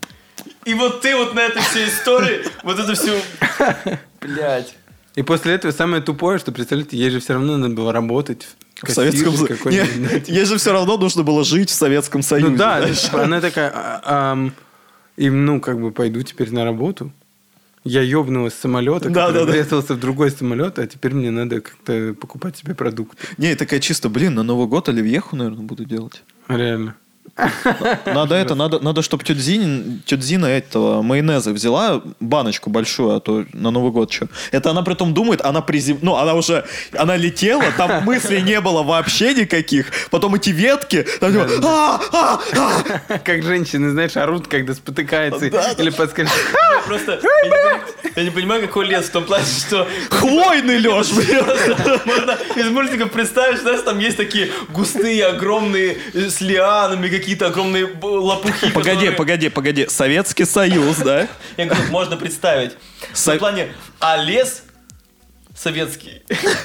И вот ты вот на этой всей истории, вот это все... Блядь. И после этого самое тупое, что, представляете, ей же все равно надо было работать. В Советском Союзе Союзе. Ей же все равно нужно было жить в Советском Союзе. Ну да, знаешь. типа, она такая, а, ам, и, ну, как бы пойду теперь на работу. Я ёбнулась с самолета, Да, который да, да. врезался в другой самолет, а теперь мне надо как-то покупать себе продукты. Не, такая чисто, блин, на Новый год оливьеху, наверное, буду делать. Реально. Надо это, надо, надо, чтобы тетя Зина, тетя Зина этого майонеза взяла баночку большую, а то на Новый год что. Это она притом думает, она призем... Ну, она уже, она летела, там мыслей не было вообще никаких. Потом эти ветки, там типа, «А, а, а». Как женщины, знаешь, орут, когда спотыкаются или подскользываются. Просто я не, пони- я не понимаю, какой лес в том плане, что Хвойный, Леш, блин. можно из мультиков представить, что там есть такие густые, огромные э, с лианами, какие-то огромные б- лопухи. Погоди, которые- погоди, погоди. Советский Союз, да? Я говорю, можно представить. Со- В плане, а лес советский.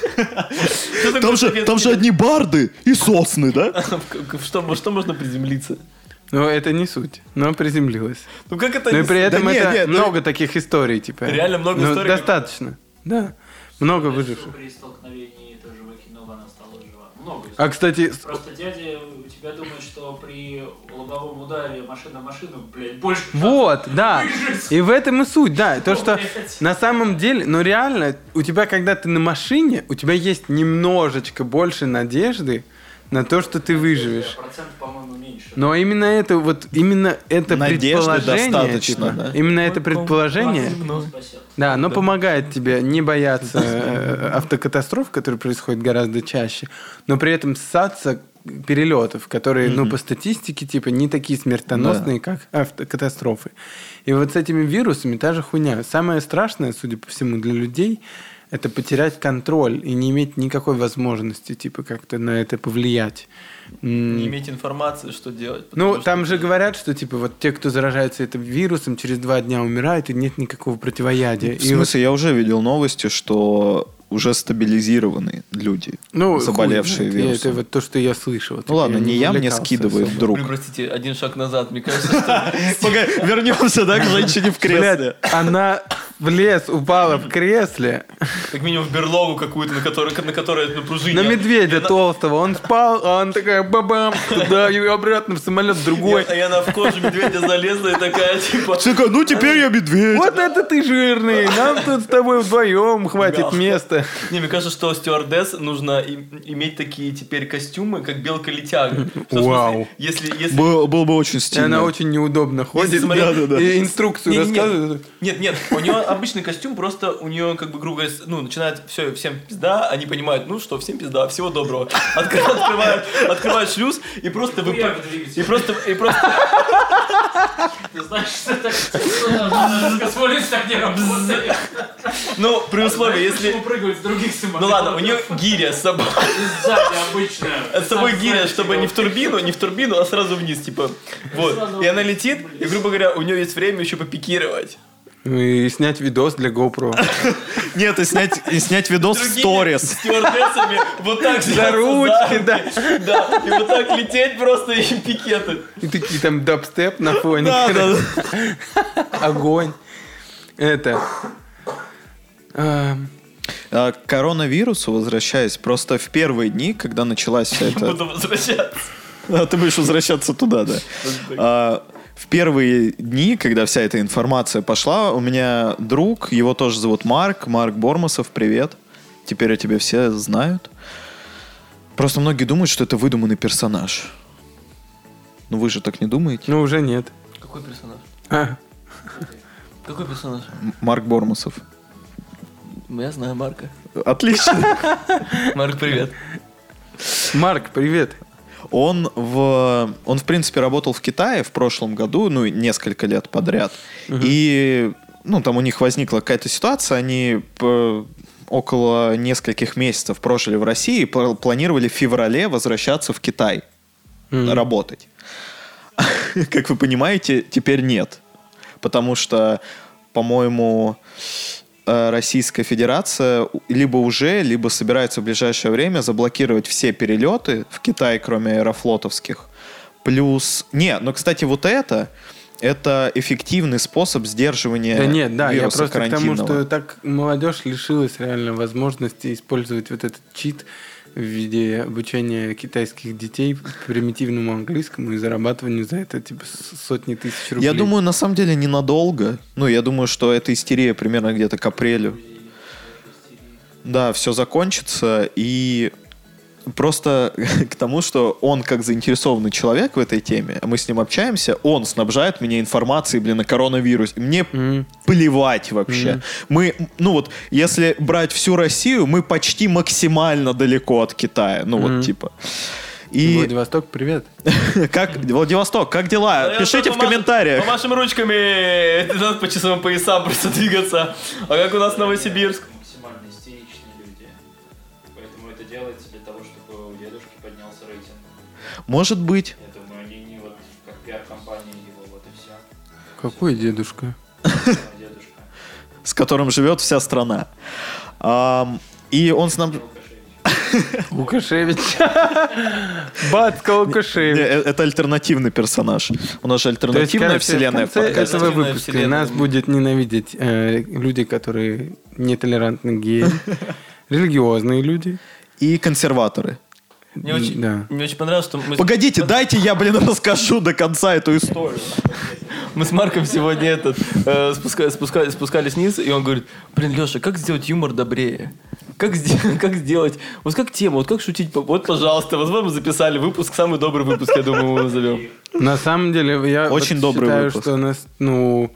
Что такое Там же, советский там же лес? одни барды и сосны, да? В Что, что можно приземлиться? Но это не суть. Но приземлилась. Ну как это Ну и не- при этом Да нет, это нет, ну- много таких историй, типа. Реально много Ну, историй? Достаточно. Да. Много выживших. При столкновении этого же выкинула, она стала жива. Много А, кстати, Просто дядя у тебя думает, что при лобовом ударе машина в машину, блядь, больше... вот, да. Выжить. И в этом и суть, да. То, О, что блядь. на самом деле, ну реально, у тебя, когда ты на машине, у тебя есть немножечко больше надежды на то, что ты выживешь. Процент, по-моему, меньше. Но именно это, вот именно это Надежды предположение, достаточно, типа, да. именно это предположение, Спасет. да, оно помогает тебе не бояться э, автокатастроф, которые происходят гораздо чаще, но при этом ссаться перелетов, которые, ну, по статистике, типа, не такие смертоносные, как автокатастрофы. И вот с этими вирусами та же хуйня. Самое страшное, судя по всему, для людей – это потерять контроль и не иметь никакой возможности, типа, как-то на это повлиять. М, Не иметь информации, что делать. Ну, потому там что- же говорят, что, типа, вот те, кто заражается этим вирусом, через два дня умирают, и нет никакого противоядия. В И вот, смысле, я уже видел новости, что уже стабилизированы люди, ну, заболевшие хуй знает, вирусом. Это вот то, что я слышал. Ну ладно, не я, мне увлекался скидывает особо. друг. Блин, простите, один шаг назад, мне кажется, что... Погоди, вернемся, да, к женщине в кресле. Блядь, она в лес упала в кресле Как минимум в берлогу какую-то, на которой, на которой на пружине. на медведя И она- толстого. Он спал, а она такая бабам, туда и обратно в самолет другой. И она в кожу медведя залезла и такая, типа... Такая, ну теперь я медведь. Вот это ты жирный, нам тут с тобой вдвоем хватит Галка. места. Не, мне кажется, что стюардесс нужно и- иметь такие теперь костюмы, как белка-летяга. Что, в смысле, Вау. Если, если... Был, был бы очень И стильно. она очень неудобно ходит, смотри- Да-да-да. и инструкцию Не, не, не. рассказывает. Нет, нет, у нее обычный костюм, просто у нее, как бы, грубо говоря, с- ну, начинает все, всем пизда, они понимают, ну что, всем пизда, всего доброго. Откры- Открывают, открывают шлюз и просто вы... Хуяк двигатель. И просто, и просто... Ты знаешь, что так... Космолет так не работает. Ну, при условии, Знаешь, если... почему прыгают с других самолетов? Ну ладно, у нее гиря с собой. Сзади обычно. С собой Сзади гиря, чтобы его. не в турбину, не в турбину, а сразу вниз, типа. Вот. Сразу И она вниз. летит, и, грубо говоря, у нее есть время еще попикировать. И снять видос для GoPro. Нет, и снять, и снять видос в сторис. Стюардессами вот так За ручки, да. Да, и вот так лететь просто и пикеты. И такие там дабстеп на фоне. Да, да, да. Огонь. Это... а, А, К коронавирусу, возвращаясь, просто в первые дни, когда началась вся эта... Буду возвращаться. А ты будешь возвращаться туда, да. А, в первые дни, когда вся эта информация пошла, у меня друг, его тоже зовут Марк, Марк Бормасов, привет. Теперь о тебе все знают. Просто многие думают, что это выдуманный персонаж. Ну вы же так не думаете? ну, уже нет. Какой персонаж? А, Какой персонаж? М- Марк Бормасов. Я знаю Марка. Отлично. Марк, привет. Марк, привет. Он в, он, в принципе, работал в Китае в прошлом году, ну, несколько лет подряд. И, ну, там у них возникла какая-то ситуация, они по- около нескольких месяцев прожили в России и пл- планировали в феврале возвращаться в Китай Мгм. работать. Как вы понимаете, теперь нет. Потому что, по-моему, э, Российская Федерация либо уже, либо собирается в ближайшее время заблокировать все перелеты в Китай, кроме аэрофлотовских. Плюс... Не, но, кстати, вот это... Это эффективный способ сдерживания Да нет, да, я вируса просто к тому, карантинного. что так молодежь лишилась реально возможности использовать вот этот чит в виде обучения китайских детей примитивному английскому и зарабатыванию за это типа с- сотни тысяч рублей. Я думаю, на самом деле, ненадолго. Ну, я думаю, что эта истерия примерно где-то к апрелю. Да, все закончится. И просто к тому, что он, как заинтересованный человек в этой теме, а мы с ним общаемся, он снабжает меня информацией, блин, о коронавирусе. Мне Мгм. плевать вообще. Мы, ну вот, если брать всю Россию, мы почти максимально далеко от Китая. Ну вот, Мгм. типа. И Владивосток, привет. как, Владивосток, как дела? Пишите в комментариях. Помашем ручками. Это надо по часовым поясам просто двигаться. А как у нас Новосибирск? Максимально истеричные люди. Поэтому это делается для того, чтобы у дедушки поднялся рейтинг. Может быть. Я думаю, они не вот как пиар-компания его, вот и все. Какой дедушка? Дедушка. С которым живет вся страна. Ам, и он с нам... Лукашевич. Батька Не, Лукашевич. э- это альтернативный персонаж. У нас же То есть, альтернативная короче, вселенная в в конце подкасте. этого Альтернативная выпуска вселенная. нас будет ненавидеть э, люди, которые нетолерантны к геям, религиозные люди. И консерваторы. Мне очень, Да. мне очень понравилось, что мы, Погодите, дайте я, блин, расскажу до конца эту историю. мы с Марком сегодня этот, э, спуска- спуска- спускались вниз, и он говорит, блин, Леша, как сделать юмор добрее? Как, сде- как сделать, вот как тема, вот как шутить, по- вот, пожалуйста, вот мы записали выпуск, самый добрый выпуск, я думаю, мы назовем. На самом деле, я Очень вот добрый считаю, выпуск. что нас, ну,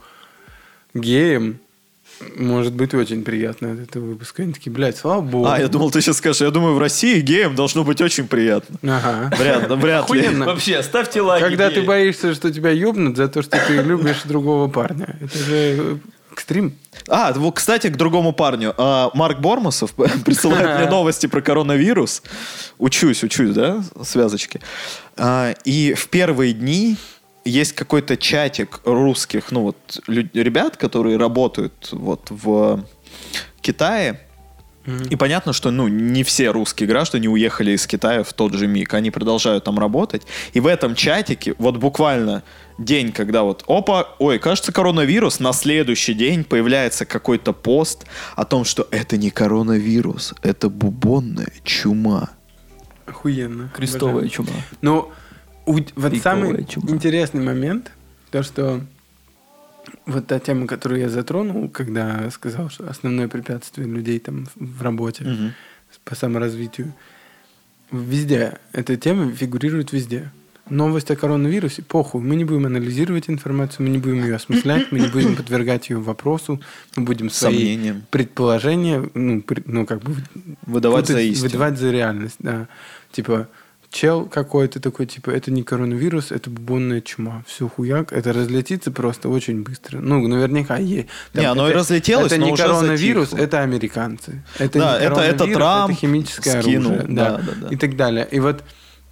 геям может быть очень приятно от этого выпуска. Они такие, блядь, слава богу. А, я думал, ты сейчас скажешь, я думаю, в России геям должно быть очень приятно. Ага. Вряд, вряд ли. Охуенно. Вообще, ставьте лайки. Когда ты геи. боишься, что тебя ёбнут за то, что ты любишь другого парня. Это же э, экстрим. А, вот, кстати, к другому парню. А, Марк Бормасов присылает мне новости про коронавирус. Учусь, учусь, да, связочки. А, и в первые дни есть какой-то чатик русских, ну вот, лю- ребят, которые работают вот в Китае. И понятно, что ну, не все русские граждане уехали из Китая в тот же миг. Они продолжают там работать. И в этом чатике, вот буквально день, когда вот, опа, ой, кажется, коронавирус, на следующий день появляется какой-то пост о том, что это не коронавирус, это бубонная чума. Охуенно. Крестовая Обожаю. чума. Ну, у- вот Пиковая самый чума. интересный момент, то, что вот та тема, которую я затронул, когда сказал, что основное препятствие людей там в в работе Мгм. по саморазвитию, везде эта тема фигурирует везде. Новость о коронавирусе, похуй, мы не будем анализировать информацию, мы не будем ее осмыслять, мы не будем подвергать ее вопросу, мы будем свои Сомнениям. предположения, ну, при- ну как бы Выдавать путать- за истину. выдавать за реальность, да. Типа, чел какой-то такой, типа, это не коронавирус, это бубонная чума. Все, хуяк, это разлетится просто очень быстро. Ну, наверняка есть. Не, оно и разлетелось, Это но не уже коронавирус, затихло. это американцы. Это Да, не это- это коронавирус, Трамп это химическое скинул. оружие. Да, Да, да, да. И так далее. И вот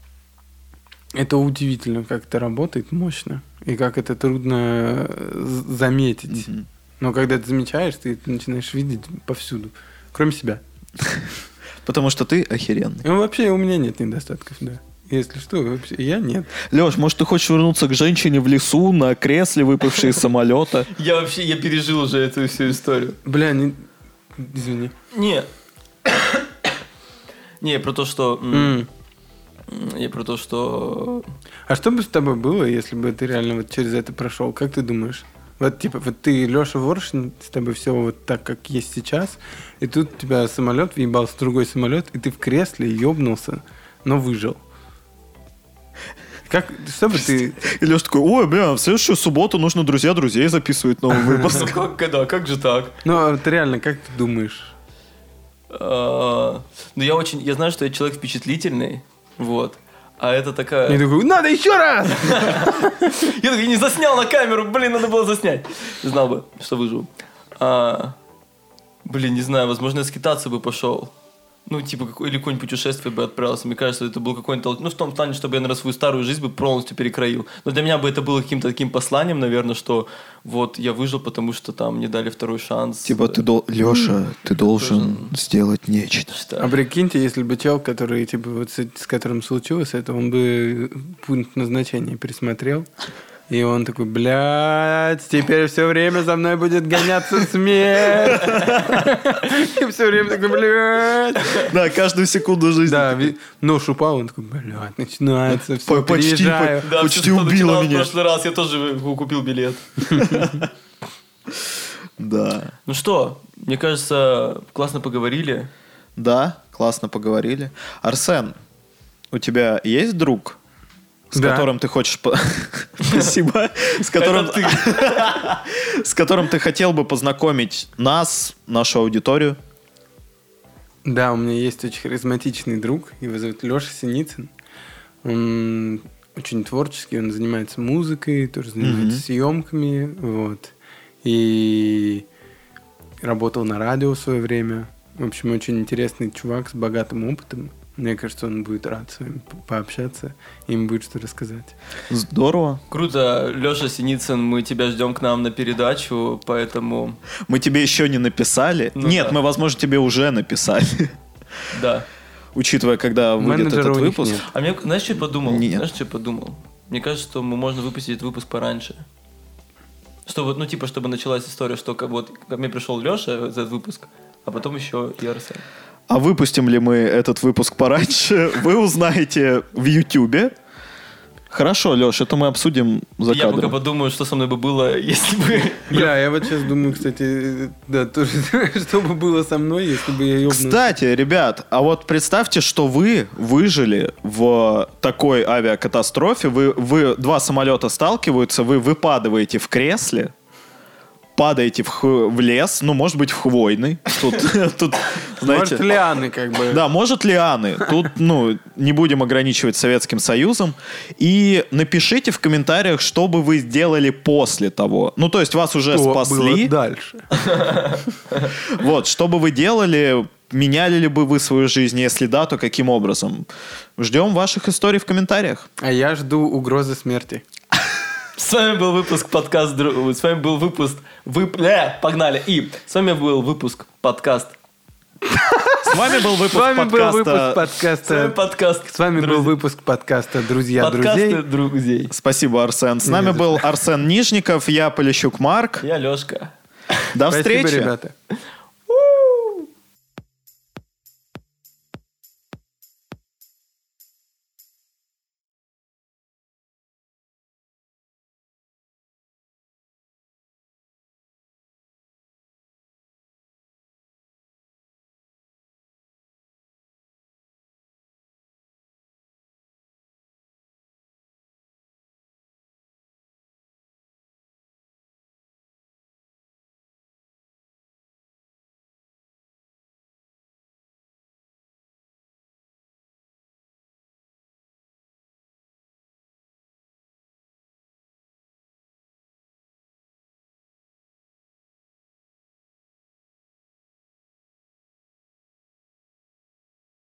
это удивительно, как это работает мощно. И как это трудно э, з- заметить. Мгм. Но когда ты замечаешь, ты это начинаешь видеть повсюду, кроме себя. Потому что ты охеренный. Ну, вообще у меня нет недостатков, да. Если что, вообще я нет. Леш, может, ты хочешь вернуться к женщине в лесу на кресле, выпавшей из самолета? Я вообще, я пережил уже эту всю историю. Бля, не... извини. Не. Не, про то, что... М. Я про то, что... А что бы с тобой было, если бы ты реально вот через это прошел? Как ты думаешь? Вот типа, вот ты, Леша Воршин, с тобой все вот так, как есть сейчас, и тут у тебя самолет въебался в другой самолет, и ты в кресле ёбнулся, но выжил. Как, что бы ты... И Леш такой, ой, бля, в следующую субботу нужно «Друзья друзей» записывать новый выпуск. Ну как, да, как же так? Ну, а вот реально, как ты думаешь? А, Ну, я очень... Я знаю, что я человек впечатлительный, вот. А это такая... Я такой, надо еще раз! Я такой, не заснял на камеру, блин, надо было заснять. Знал бы, что выживу. А, Блин, не знаю, возможно, я скитаться бы пошел. Ну, типа, какое- или какое-нибудь путешествие бы отправился. Мне кажется, это был какой-нибудь... Ну, в том плане, чтобы я, наверное, свою старую жизнь бы полностью перекроил. Но для меня бы это было каким-то таким посланием, наверное, что вот я выжил, потому что там мне дали второй шанс. Типа, ты дол... Леша, ты должен сделать нечто. Что? А прикиньте, если бы чел, который, типа, вот с, с которым случилось это, он бы пункт назначения пересмотрел, и он такой, блядь, теперь все время за мной будет гоняться смерть. И все время такой, блядь. Да, каждую секунду жизни. Да, ви- нож упал, он такой, блядь, начинается, все, Почти, переезжаю. по- Да, Почти всё, что убило начинал меня. В прошлый раз я тоже купил билет. Да. Ну что, мне кажется, классно поговорили. Да, классно поговорили. Арсен, у тебя есть друг, с Да. которым ты хочешь... по- Спасибо. С которым Это ты. с которым ты хотел бы познакомить нас, нашу аудиторию? Да, у меня есть очень харизматичный друг, его зовут Леша Синицын. Он очень творческий, он занимается музыкой, тоже занимается съемками, вот. И работал на радио в свое время. В общем, очень интересный чувак с богатым опытом. Мне кажется, он будет рад с вами пообщаться, и им будет что рассказать. Здорово. Круто, Леша Синицын, мы тебя ждем к нам на передачу, поэтому Мы тебе еще не написали. Ну Нет, да. мы, возможно, тебе уже написали. да. Учитывая, когда выйдет Менеджера этот у них выпуск. нет. А мне, знаешь, что я подумал? Нет. Знаешь, что я подумал? Мне кажется, что мы можно выпустить этот выпуск пораньше. Чтобы, ну, типа, чтобы началась история, что как вот ко мне пришел Леша за этот выпуск, а потом еще и Арсен. А выпустим ли мы этот выпуск пораньше, вы узнаете в Ютубе. Хорошо, Леш, это мы обсудим за Я пока кадром. подумаю, что со мной бы было, если бы... Бля, я вот сейчас думаю, кстати, да, тоже, что бы было со мной, если бы я ёбнулся. Кстати, ребят, а вот представьте, что вы выжили в такой авиакатастрофе, вы, вы два самолета сталкиваются, вы выпадываете в кресле, падаете в, х- в лес, ну, может быть, в хвойный. Тут, тут, знаете... Может, лианы как бы. Да, может, лианы. Тут, ну, не будем ограничивать Советским Союзом. И напишите в комментариях, что бы вы сделали после того. Ну, то есть вас уже Что спасли. было дальше? Вот, что бы вы делали, меняли ли бы вы свою жизнь? Если да, то каким образом? Ждем ваших историй в комментариях. А я жду угрозы смерти. С вами был выпуск подкаст... Дру- С вами был выпуск... Вып... Э, погнали. И с вами был выпуск подкаст... С вами был С выпуск вами был подкаста... выпуск С вами подкаста. подкаст... С вами был друзья. выпуск подкаста «Друзья друзей». Подкасты друзей. Спасибо, Арсен. С нами был Арсен Нижников, я Полищук Марк. Я Лешка. До Спасибо, встречи. ребята.